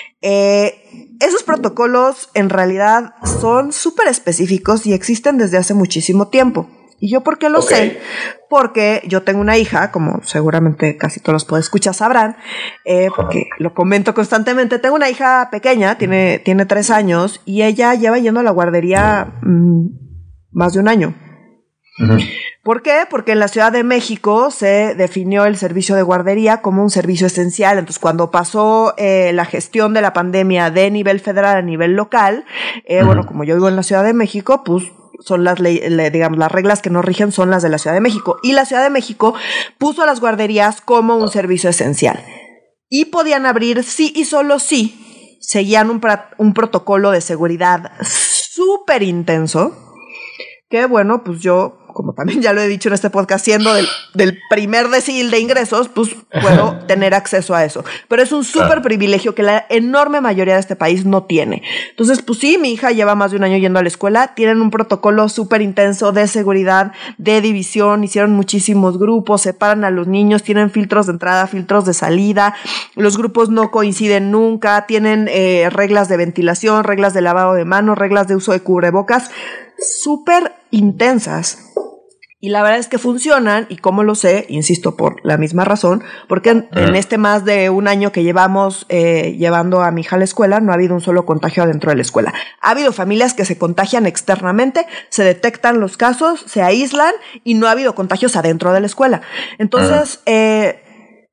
Eh, esos protocolos en realidad son súper específicos y existen desde hace muchísimo tiempo. ¿Y yo por qué lo okay. sé? Porque yo tengo una hija, como seguramente casi todos los podescuchas sabrán, eh, porque lo comento constantemente. Tengo una hija pequeña, tiene, tiene tres años, y ella lleva yendo a la guardería mmm, más de un año. Uh-huh. ¿Por qué? Porque en la Ciudad de México se definió el servicio de guardería como un servicio esencial. Entonces, cuando pasó eh, la gestión de la pandemia de nivel federal a nivel local, eh, uh-huh. bueno, como yo vivo en la Ciudad de México, pues son las leyes, le, digamos, las reglas que nos rigen son las de la Ciudad de México. Y la Ciudad de México puso a las guarderías como un servicio esencial. Y podían abrir sí y solo sí seguían un, pra, un protocolo de seguridad súper intenso. Que bueno, pues yo, como también ya lo he dicho en este podcast, siendo del, del primer decil de ingresos, pues puedo tener acceso a eso. Pero es un súper privilegio que la enorme mayoría de este país no tiene. Entonces, pues sí, mi hija lleva más de un año yendo a la escuela, tienen un protocolo súper intenso de seguridad, de división, hicieron muchísimos grupos, separan a los niños, tienen filtros de entrada, filtros de salida, los grupos no coinciden nunca, tienen eh, reglas de ventilación, reglas de lavado de manos, reglas de uso de cubrebocas, súper intensas. Y la verdad es que funcionan, y cómo lo sé, insisto, por la misma razón, porque en, en este más de un año que llevamos eh, llevando a mi hija a la escuela, no ha habido un solo contagio adentro de la escuela. Ha habido familias que se contagian externamente, se detectan los casos, se aíslan, y no ha habido contagios adentro de la escuela. Entonces, eh,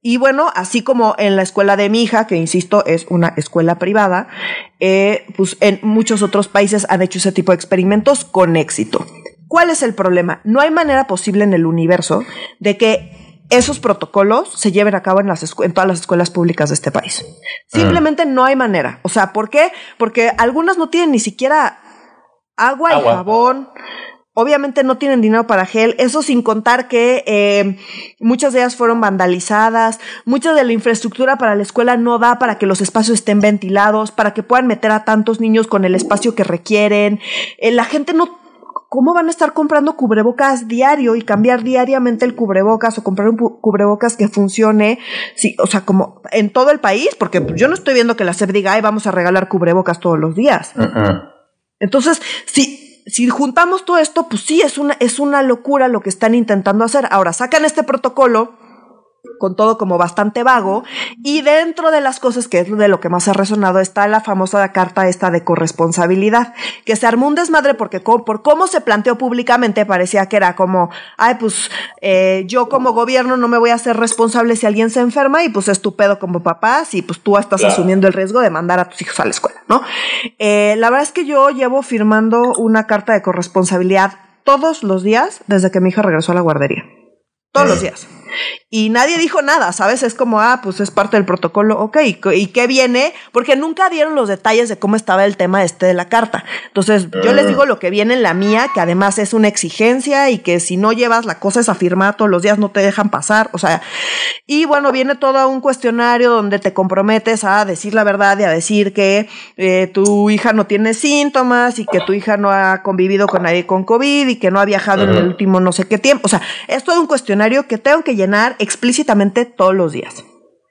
Y bueno, así como en la escuela de mi hija, que insisto, es una escuela privada, eh, pues en muchos otros países han hecho ese tipo de experimentos con éxito. ¿Cuál es el problema? No hay manera posible en el universo de que esos protocolos se lleven a cabo en, las escu- en todas las escuelas públicas de este país. Simplemente no hay manera. O sea, ¿por qué? Porque algunas no tienen ni siquiera agua, agua. y jabón. Obviamente no tienen dinero para gel, eso sin contar que eh, muchas de ellas fueron vandalizadas, mucha de la infraestructura para la escuela no da para que los espacios estén ventilados, para que puedan meter a tantos niños con el espacio que requieren. Eh, la gente no... ¿Cómo van a estar comprando cubrebocas diario y cambiar diariamente el cubrebocas o comprar un cubrebocas que funcione? Sí, o sea, como en todo el país, porque yo no estoy viendo que la S E P diga, ay, vamos a regalar cubrebocas todos los días. Uh-uh. Entonces, sí... Si juntamos todo esto, pues sí, es una, es una locura lo que están intentando hacer. Ahora, sacan este protocolo con todo como bastante vago, y dentro de las cosas que es de lo que más ha resonado está la famosa carta esta de corresponsabilidad, que se armó un desmadre porque co- por cómo se planteó públicamente parecía que era como, ay, pues eh, yo como gobierno no me voy a hacer responsable si alguien se enferma y pues es tu pedo como papás y pues tú estás claro. asumiendo el riesgo de mandar a tus hijos a la escuela, ¿no? Eh, la verdad es que yo llevo firmando una carta de corresponsabilidad todos los días desde que mi hija regresó a la guardería. Todos los días. Y nadie dijo nada, ¿sabes? Es como, ah, pues es parte del protocolo, ok, ¿y qué viene? Porque nunca dieron los detalles de cómo estaba el tema este de la carta. Entonces, yo les digo lo que viene en la mía, que además es una exigencia y que si no llevas la cosa esa firmada todos los días no te dejan pasar, o sea, y bueno, viene todo un cuestionario donde te comprometes a decir la verdad y a decir que eh, tu hija no tiene síntomas y que tu hija no ha convivido con nadie con COVID y que no ha viajado uh-huh. en el último no sé qué tiempo. O sea, es todo un cuestionario que tengo que llenar explícitamente todos los días.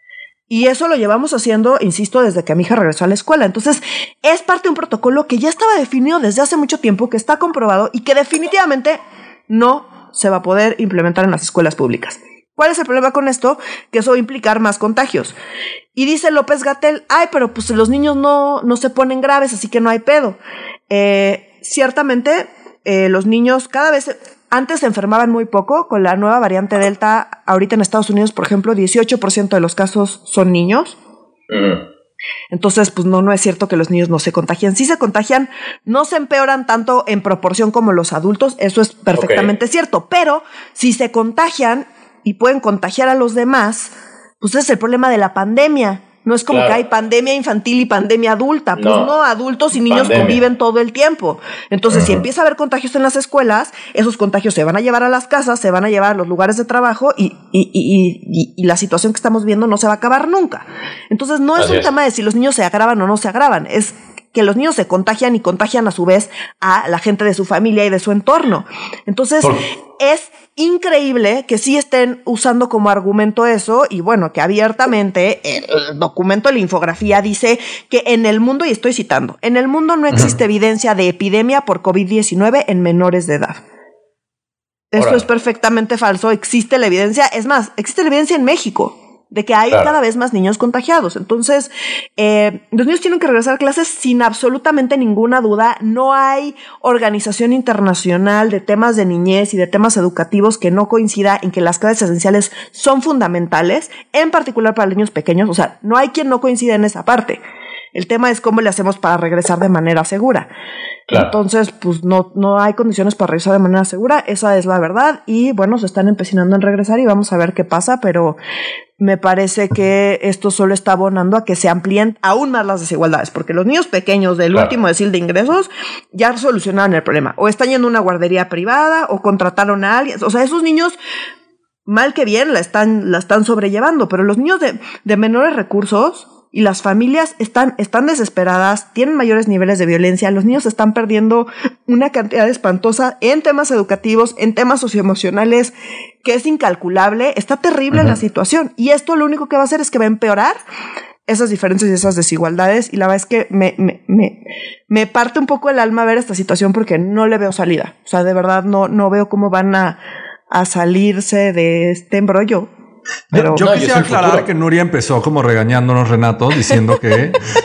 Y eso lo llevamos haciendo, insisto, desde que mi hija regresó a la escuela. Entonces, es parte de un protocolo que ya estaba definido desde hace mucho tiempo, que está comprobado y que definitivamente no se va a poder implementar en las escuelas públicas. ¿Cuál es el problema con esto? Que eso va a implicar más contagios. Y dice López-Gatell, ay, pero pues los niños no, no se ponen graves, así que no hay pedo. Eh, ciertamente, eh, los niños cada vez... Antes se enfermaban muy poco, con la nueva variante Delta, ahorita en Estados Unidos, por ejemplo, dieciocho por ciento de los casos son niños. Mm. Entonces, pues no, no es cierto que los niños no se contagian. Sí se contagian, no se empeoran tanto en proporción como los adultos, eso es perfectamente okay. cierto, pero si se contagian y pueden contagiar a los demás, pues ese es el problema de la pandemia. No es como claro. que hay pandemia infantil y pandemia adulta. Pues no, no adultos y niños pandemia. Conviven todo el tiempo. Entonces, uh-huh. si empieza a haber contagios en las escuelas, esos contagios se van a llevar a las casas, se van a llevar a los lugares de trabajo y, y, y, y, y la situación que estamos viendo no se va a acabar nunca. Entonces, no es Así un es. tema de si los niños se agravan o no se agravan. Es que los niños se contagian y contagian a su vez a la gente de su familia y de su entorno. Entonces, Por... es increíble que sí estén usando como argumento eso y bueno, que abiertamente el documento de la infografía dice que en el mundo, y estoy citando, en el mundo no existe evidencia de epidemia por COVID diecinueve en menores de edad. Eso Ahora. es perfectamente falso, existe la evidencia, es más, existe la evidencia en México de que hay claro. cada vez más niños contagiados. Entonces, eh, los niños tienen que regresar a clases sin absolutamente ninguna duda. No hay organización internacional de temas de niñez y de temas educativos que no coincida en que las clases esenciales son fundamentales, en particular para los niños pequeños. O sea, no hay quien no coincida en esa parte. El tema es cómo le hacemos para regresar de manera segura. Claro. Entonces, pues no, no hay condiciones para regresar de manera segura, esa es la verdad, y bueno, se están empecinando en regresar y vamos a ver qué pasa, pero me parece que esto solo está abonando a que se amplíen aún más las desigualdades, porque los niños pequeños del claro. último decil de ingresos ya solucionaron el problema, o están yendo a una guardería privada, o contrataron a alguien, o sea, esos niños mal que bien la están, la están sobrellevando, pero los niños de, de menores recursos y las familias están, están desesperadas, tienen mayores niveles de violencia, los niños están perdiendo una cantidad espantosa en temas educativos, en temas socioemocionales, que es incalculable, está terrible uh-huh. la situación, y esto lo único que va a hacer es que va a empeorar esas diferencias y esas desigualdades, y la verdad es que me, me, me, me parte un poco el alma ver esta situación porque no le veo salida, o sea, de verdad no, no veo cómo van a, a salirse de este embrollo. Pero, yo, yo no, quisiera yo aclarar futuro. que Nuria empezó como regañándonos, Renato, diciendo que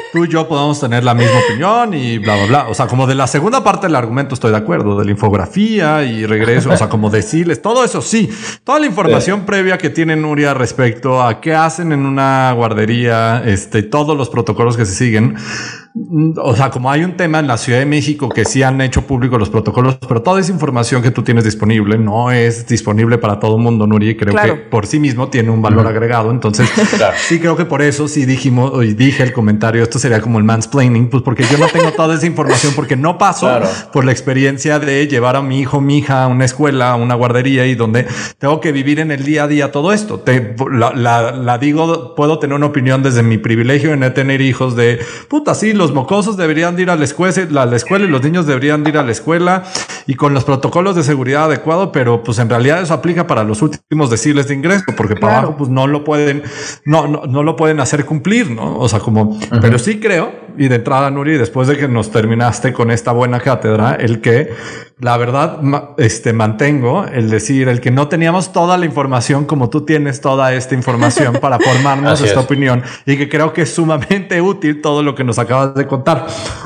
tú y yo podemos tener la misma opinión y bla, bla, bla. O sea, como de la segunda parte del argumento estoy de acuerdo, de la infografía y regreso, o sea, como decirles, todo eso sí, toda la información sí. previa que tiene Nuria respecto a qué hacen en una guardería, este, todos los protocolos que se siguen. O sea, como hay un tema en la Ciudad de México que sí han hecho públicos los protocolos, pero toda esa información que tú tienes disponible no es disponible para todo el mundo, Nuria, y creo claro. que por sí mismo tiene un valor uh-huh. agregado. Entonces, claro. sí creo que por eso sí dijimos, y dije el comentario, esto sería como el mansplaining, pues porque yo no tengo toda esa información, porque no paso claro. por la experiencia de llevar a mi hijo, mi hija a una escuela, a una guardería, y donde tengo que vivir en el día a día todo esto. Te, la, la, la digo, puedo tener una opinión desde mi privilegio de no tener hijos de, puta, sí, los mocosos deberían de ir a la escuela, a la escuela y los niños deberían de ir a la escuela y con los protocolos de seguridad adecuados, pero pues en realidad eso aplica para los últimos deciles de ingreso, porque claro. para abajo pues no lo pueden, no, no, no lo pueden hacer cumplir, ¿no? O sea, como, uh-huh. pero sí creo, y de entrada, Nuri, después de que nos terminaste con esta buena cátedra, el que la verdad, este, mantengo el decir, el que no teníamos toda la información como tú tienes toda esta información para formarnos esta es. opinión, y que creo que es sumamente útil todo lo que nos acabas de contar.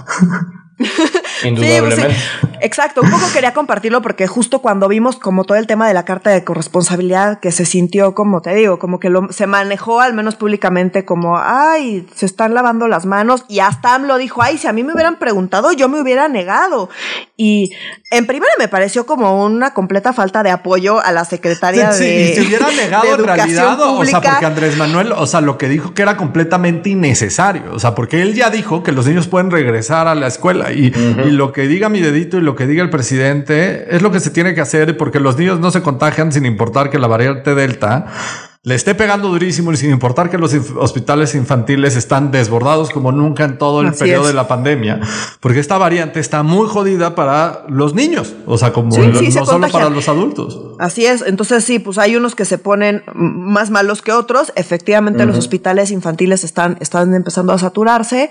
Indudablemente. Sí, pues sí. Exacto, un poco quería compartirlo porque justo cuando vimos como todo el tema de la carta de corresponsabilidad que se sintió, como te digo, como que lo, se manejó al menos públicamente como, ay, se están lavando las manos, y hasta AMLO dijo, ay, si a mí me hubieran preguntado yo me hubiera negado. Y en primera me pareció como una completa falta de apoyo a la secretaria sí, de Sí, y se hubiera negado en realidad, pública. O sea, porque Andrés Manuel, o sea, lo que dijo que era completamente innecesario, o sea, porque él ya dijo que los niños pueden regresar a la escuela y, uh-huh. y lo que diga mi dedito y lo que diga el presidente es lo que se tiene que hacer, porque los niños no se contagian sin importar que la variante Delta le esté pegando durísimo y sin importar que los hospitales infantiles están desbordados como nunca en todo el Así periodo es. de la pandemia, porque esta variante está muy jodida para los niños, o sea, como sí, lo, sí, no solo para los adultos. Así es, entonces sí, pues hay unos que se ponen más malos que otros, efectivamente uh-huh. los hospitales infantiles están, están empezando a saturarse,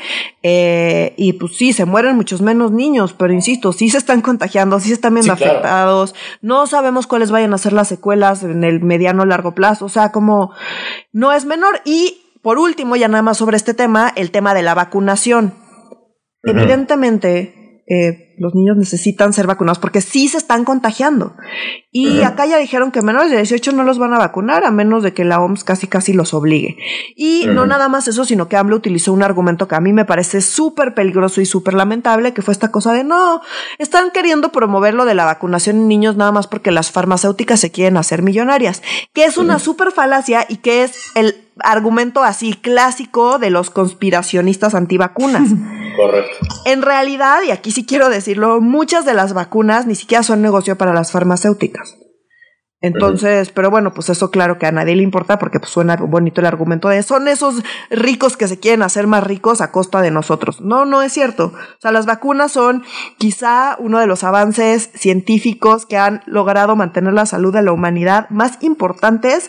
eh, y pues sí, se mueren muchos menos niños, pero insisto, sí se están contagiando, sí se están viendo sí, afectados, claro. no sabemos cuáles vayan a ser las secuelas en el mediano o largo plazo, o sea, como no es menor. Y por último, ya nada más sobre este tema, el tema de la vacunación. Uh-huh. Evidentemente, eh, los niños necesitan ser vacunados porque sí se están contagiando. Y uh-huh. acá ya dijeron que menores de dieciocho no los van a vacunar a menos de que la O M S casi casi los obligue. Y uh-huh. no nada más eso, sino que AMLO utilizó un argumento que a mí me parece súper peligroso y súper lamentable, que fue esta cosa de no, están queriendo promover lo de la vacunación en niños nada más porque las farmacéuticas se quieren hacer millonarias, que es una súper falacia y que es el argumento así clásico de los conspiracionistas antivacunas. Correcto. En realidad, y aquí sí quiero decirlo, muchas de las vacunas ni siquiera son negocio para las farmacéuticas. Entonces, uh-huh. pero bueno, pues eso claro que a nadie le importa porque pues suena bonito el argumento de son esos ricos que se quieren hacer más ricos a costa de nosotros. No, no es cierto. O sea, las vacunas son quizá uno de los avances científicos que han logrado mantener la salud de la humanidad más importantes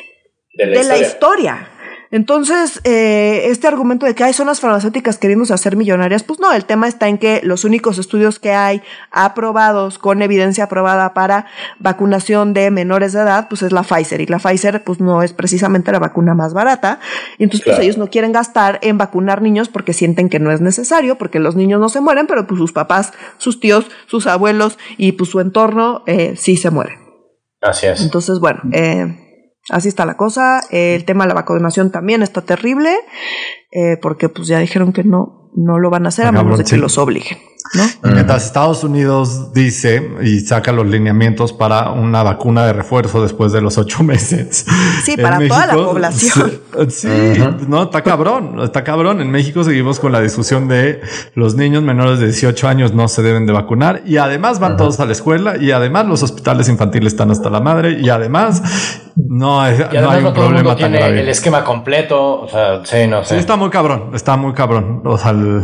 de la, de historia. la historia. Entonces, eh, este argumento de que hay son las farmacéuticas queriéndose hacer millonarias, pues no, el tema está en que los únicos estudios que hay aprobados, con evidencia aprobada para vacunación de menores de edad, pues es la Pfizer, y la Pfizer pues no es precisamente la vacuna más barata, y entonces claro. pues ellos no quieren gastar en vacunar niños porque sienten que no es necesario, porque los niños no se mueren, pero pues sus papás, sus tíos, sus abuelos y pues su entorno eh, sí se mueren. Así es. Entonces, bueno, eh... así está la cosa. Eh, el tema de la vacunación también está terrible, eh, porque pues ya dijeron que no, no lo van a hacer a menos de que los obliguen, ¿no? Mientras Estados Unidos dice y saca los lineamientos para una vacuna de refuerzo después de los ocho meses. Sí, para México, toda la población. Sí, uh-huh. no, está cabrón, está cabrón. En México seguimos con la discusión de los niños menores de dieciocho años no se deben de vacunar, y además van uh-huh. todos a la escuela, y además los hospitales infantiles están hasta la madre, y además no, es, y no hay un problema tan grave. El esquema completo, o sea, sí, no sé. Sí, está muy cabrón, está muy cabrón. O sea, el,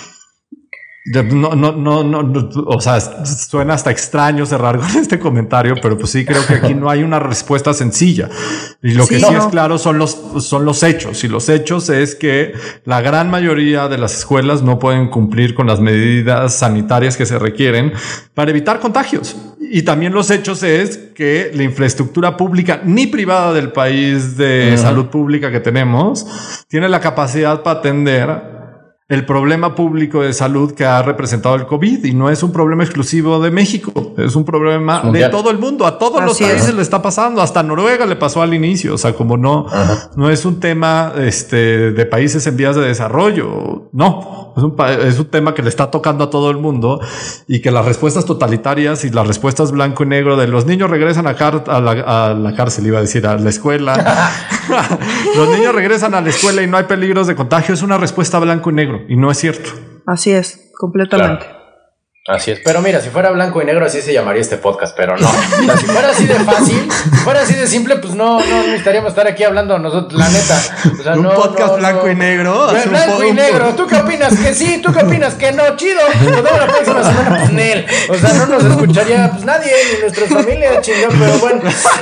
No, no, no, no, no, o sea, suena hasta extraño cerrar con este comentario, pero pues sí creo que aquí no hay una respuesta sencilla. Y lo sí, que sí no. es claro son los, son los hechos. Y los hechos es que la gran mayoría de las escuelas no pueden cumplir con las medidas sanitarias que se requieren para evitar contagios. Y también los hechos es que la infraestructura pública ni privada del país de uh-huh. salud pública que tenemos tiene la capacidad para atender el problema público de salud que ha representado el COVID, y no es un problema exclusivo de México, es un problema mundial de todo el mundo, a todos Así los países es. le está pasando, hasta Noruega le pasó al inicio, o sea, como no, Ajá. no es un tema este, de países en vías de desarrollo, no, es un, es un tema que le está tocando a todo el mundo, y que las respuestas totalitarias y las respuestas blanco y negro de los niños regresan a, car- a, la, a la cárcel, iba a decir, a la escuela, los niños regresan a la escuela y no hay peligros de contagio, es una respuesta blanco y negro. Y no es cierto. Así es, completamente. Claro. Así es. Pero mira, si fuera blanco y negro, así se llamaría este podcast, pero no. O sea, si fuera así de fácil, si fuera así de simple, pues no, no necesitaríamos estar aquí hablando nosotros, la neta. O sea, un no, podcast no, blanco no. y negro. Blanco y negro. ¿Tú qué opinas? Que sí, ¿tú qué opinas? Que no, chido. Nos vemos la próxima semana, pues Nel. O sea, no nos escucharía pues nadie, ni nuestras familias, chingón, pero bueno.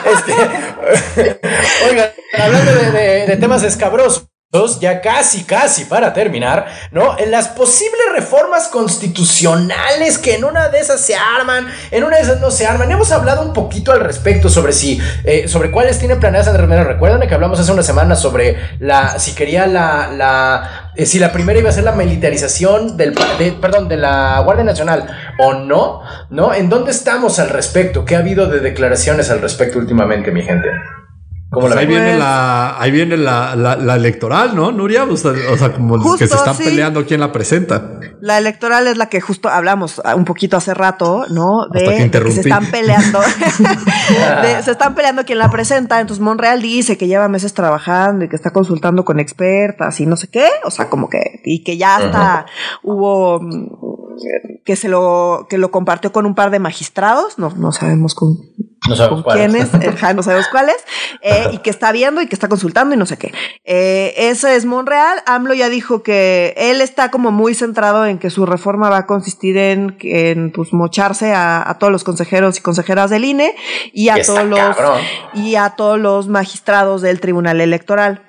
Este, oigan, hablando de, de, de temas escabrosos, ya casi, casi para terminar, ¿no? En las posibles reformas constitucionales que en una de esas se arman, en una de esas no se arman. Hemos hablado un poquito al respecto sobre si, eh, sobre cuáles tienen planeadas Andrés Manuel. Recuerdan que hablamos hace una semana sobre la, si quería la, la, eh, si la primera iba a ser la militarización del, de, perdón, de la Guardia Nacional o no, ¿no? ¿En dónde estamos al respecto? ¿Qué ha habido de declaraciones al respecto últimamente, mi gente? Pues la ahí, viene la, ahí viene la, la, la electoral, ¿no, Nuria? O sea, o sea como justo, que se están sí. peleando quién la presenta. La electoral es la que justo hablamos un poquito hace rato, ¿no? De, Hasta que de que se están peleando. de, se están peleando quién la presenta. Entonces Monreal dice que lleva meses trabajando y que está consultando con expertas y no sé qué. O sea, como que, y que ya hasta uh-huh. hubo que se lo, que lo compartió con un par de magistrados. No, no sabemos con. No sabemos con quiénes, eh, no sabemos cuáles, eh, y que está viendo y que está consultando y no sé qué. Eh, ese es Monreal. AMLO ya dijo que él está como muy centrado en que su reforma va a consistir en, en pues mocharse a, a todos los consejeros y consejeras del I N E y a todos los cabrón. y a todos los magistrados del Tribunal Electoral.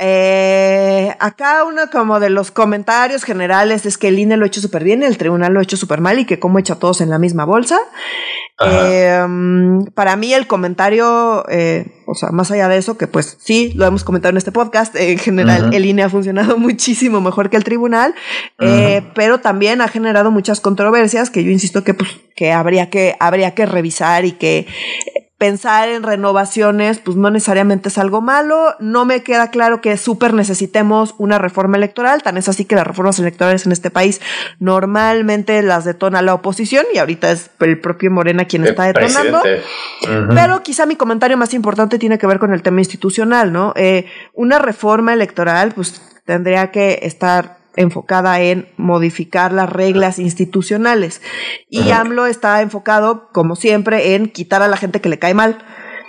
Eh, acá uno como de los comentarios generales es que el I N E lo ha hecho súper bien, el Tribunal lo ha hecho súper mal y que cómo echa a todos en la misma bolsa. Eh, para mí el comentario, eh, o sea, más allá de eso, que pues sí, lo hemos comentado en este podcast, eh, en general uh-huh. el I N E ha funcionado muchísimo mejor que el tribunal, uh-huh. eh, pero también ha generado muchas controversias que yo insisto que pues que habría que, habría que revisar y que pensar en renovaciones, pues no necesariamente es algo malo. No me queda claro que súper necesitemos una reforma electoral, tan es así que las reformas electorales en este país normalmente las detona la oposición y ahorita es el propio Morena quien el está detonando. Uh-huh. Pero quizá mi comentario más importante tiene que ver con el tema institucional, ¿no? Eh, una reforma electoral, pues tendría que estar enfocada en modificar las reglas institucionales. Y uh-huh. AMLO está enfocado, como siempre, en quitar a la gente que le cae mal.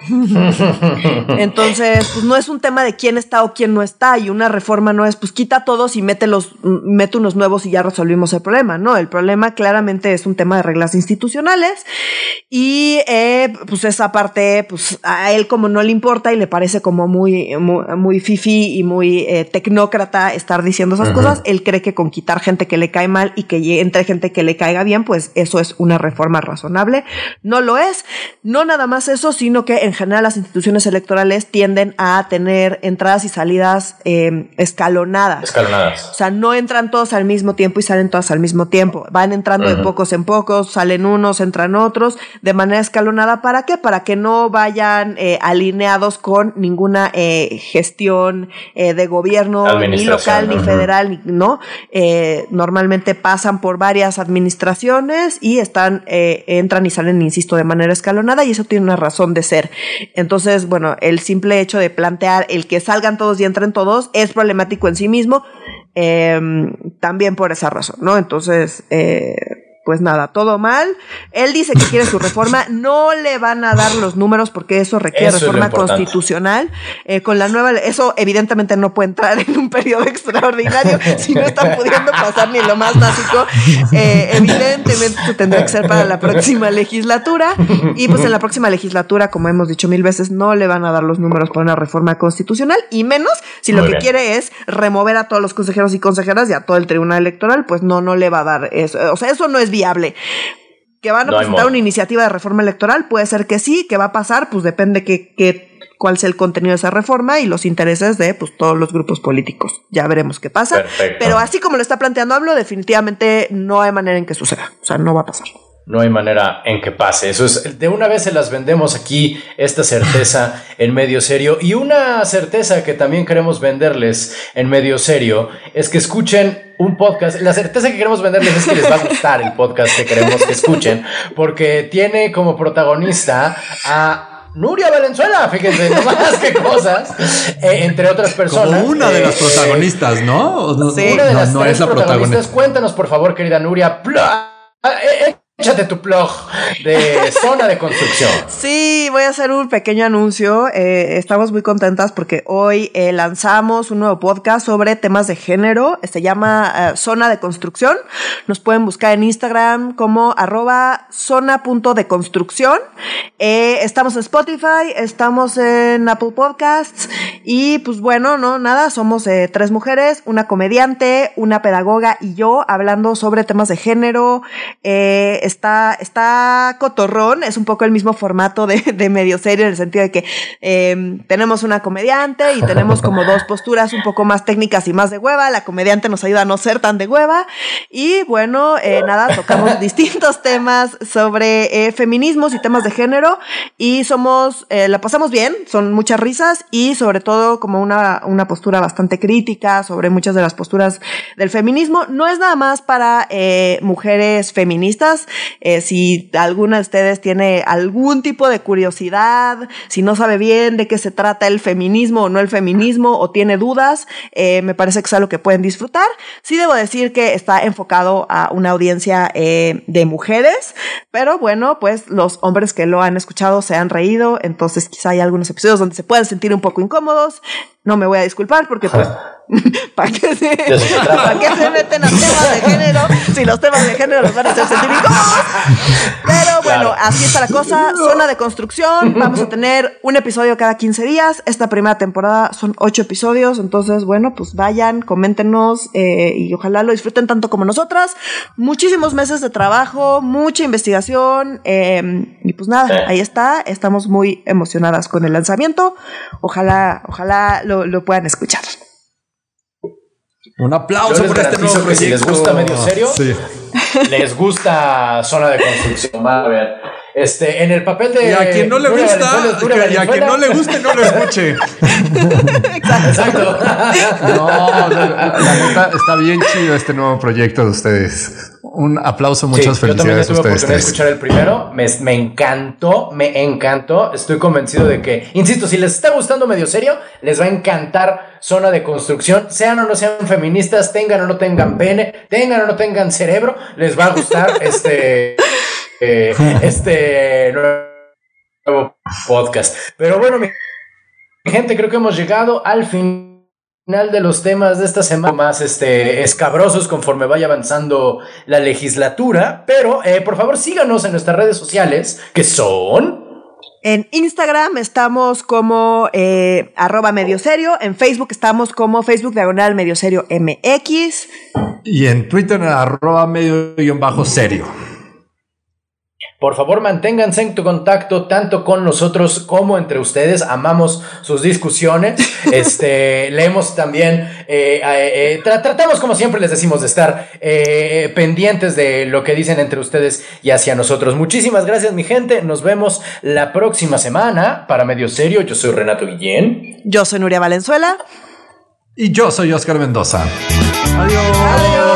Entonces, pues no es un tema de quién está o quién no está, y una reforma no es, pues quita a todos y mete, los, mete unos nuevos y ya resolvimos el problema. No, el problema claramente es un tema de reglas institucionales y eh, pues esa parte, pues a él como no le importa y le parece como muy, muy, muy fifi y muy eh, tecnócrata estar diciendo esas uh-huh. cosas, él cree que con quitar gente que le cae mal y que entre gente que le caiga bien, pues eso es una reforma razonable. No lo es, no nada más eso, sino que en general las instituciones electorales tienden a tener entradas y salidas eh, escalonadas. Escalonadas. O sea, no entran todos al mismo tiempo y salen todas al mismo tiempo. Van entrando uh-huh. de pocos en pocos, salen unos, entran otros, de manera escalonada. ¿Para qué? Para que no vayan eh, alineados con ninguna eh, gestión eh, de gobierno, ni local, ni uh-huh. federal, ni, ¿no? Eh, normalmente pasan por varias administraciones y están, eh, entran y salen, insisto, de manera escalonada, y eso tiene una razón de ser. Entonces, bueno, el simple hecho de plantear el que salgan todos y entren todos es problemático en sí mismo, eh, también por esa razón, ¿no? Entonces, eh, pues nada, todo mal. Él dice que quiere su reforma, no le van a dar los números porque eso requiere eso reforma constitucional. Eh, con la nueva, eso evidentemente no puede entrar en un periodo extraordinario si no están pudiendo pasar ni lo más básico. Eh, evidentemente se tendrá que ser para la próxima legislatura, y pues en la próxima legislatura, como hemos dicho mil veces, no le van a dar los números para una reforma constitucional, y menos si Muy lo que bien. quiere es remover a todos los consejeros y consejeras y a todo el tribunal electoral, pues no, no le va a dar eso. O sea, eso no es viable. ¿Que van a no presentar una iniciativa de reforma electoral? Puede ser que sí. ¿Que va a pasar? Pues depende que, que cuál es el contenido de esa reforma y los intereses de pues todos los grupos políticos. Ya veremos qué pasa. Perfecto. Pero así como lo está planteando AMLO, definitivamente no hay manera en que suceda. O sea, no va a pasar. No hay manera en que pase. Eso es, de una vez se las vendemos aquí, esta certeza en Medio Serio. Y una certeza que también queremos venderles en Medio Serio es que escuchen un podcast. La certeza que queremos venderles es que les va a gustar el podcast que queremos que escuchen, porque tiene como protagonista a Nuria Valenzuela, fíjense, nomás qué cosas, eh, entre otras personas. Como una de eh, las protagonistas, ¿no? no sí. Una de las no, no tres es la protagonista. Cuéntanos, por favor, querida Nuria. Pla- eh, eh, Échate tu blog de Zona de Construcción. Sí, voy a hacer un pequeño anuncio. Eh, estamos muy contentas porque hoy eh, lanzamos un nuevo podcast sobre temas de género. Se llama uh, Zona de Construcción. Nos pueden buscar en Instagram como arroba zona punto de construcción. Eh, estamos en Spotify, estamos en Apple Podcasts y pues bueno, no, nada, somos eh, tres mujeres, una comediante, una pedagoga y yo hablando sobre temas de género. Eh, Está, está cotorrón, es un poco el mismo formato de, de Medio Serio en el sentido de que eh, tenemos una comediante y tenemos como dos posturas un poco más técnicas y más de hueva. La comediante nos ayuda a no ser tan de hueva y bueno, eh, nada, tocamos distintos temas sobre eh, feminismos y temas de género y somos, eh, la pasamos bien, son muchas risas y sobre todo como una, una postura bastante crítica sobre muchas de las posturas del feminismo. No es nada más para eh, mujeres feministas. Eh, si alguna de ustedes tiene algún tipo de curiosidad, si no sabe bien de qué se trata el feminismo o no el feminismo o tiene dudas, eh, me parece que es algo que pueden disfrutar. Sí debo decir que está enfocado a una audiencia eh, de mujeres, pero bueno, pues los hombres que lo han escuchado se han reído, entonces quizá hay algunos episodios donde se puedan sentir un poco incómodos. No me voy a disculpar porque pues ¿para qué se, ¿para qué se meten a temas de género si los temas de género los van a hacer sentir incómodos? Pero bueno, claro, así está la cosa. Zona de Construcción, vamos a tener un episodio cada quince días. Esta primera temporada son ocho episodios, entonces bueno, pues vayan, coméntenos eh, y ojalá lo disfruten tanto como nosotras. Muchísimos meses de trabajo, mucha investigación eh, y pues nada, ahí está. Estamos muy emocionadas con el lanzamiento. Ojalá, ojalá lo, lo puedan escuchar. Un aplauso por este nuevo proyecto. Si les gusta Medio Serio, sí, les gusta Zona de Construcción. A ver, este, en el papel de. Y a quien no le Nuria gusta, Valenzuela, que, y a quien no le guste, no lo escuche. Exacto. No, la, la neta, está bien chido este nuevo proyecto de ustedes. Un aplauso, muchas sí, felicidades yo también tuve a ustedes. Oportunidad de escuchar el primero, me, me encantó, me encantó. Estoy convencido de que, insisto, si les está gustando Medio Serio, les va a encantar Zona de Construcción. Sean o no sean feministas, tengan o no tengan pene, tengan o no tengan cerebro, les va a gustar este, eh, este nuevo podcast. Pero bueno, mi gente, creo que hemos llegado al fin. Final de los temas de esta semana más este, escabrosos conforme vaya avanzando la legislatura, pero eh, por favor síganos en nuestras redes sociales, que son... En Instagram estamos como eh, arroba Medio Serio, en Facebook estamos como Facebook diagonal Medio Serio M X y en Twitter arroba medio guión bajo serio. Por favor, manténganse en tu contacto tanto con nosotros como entre ustedes. Amamos sus discusiones. Este, leemos también, eh, eh, tra- tratamos como siempre les decimos de estar eh, pendientes de lo que dicen entre ustedes y hacia nosotros. Muchísimas gracias, mi gente. Nos vemos la próxima semana para Medio Serio. Yo soy Renato Guillén. Yo soy Nuria Valenzuela. Y yo soy Oscar Mendoza. Adiós. Adiós.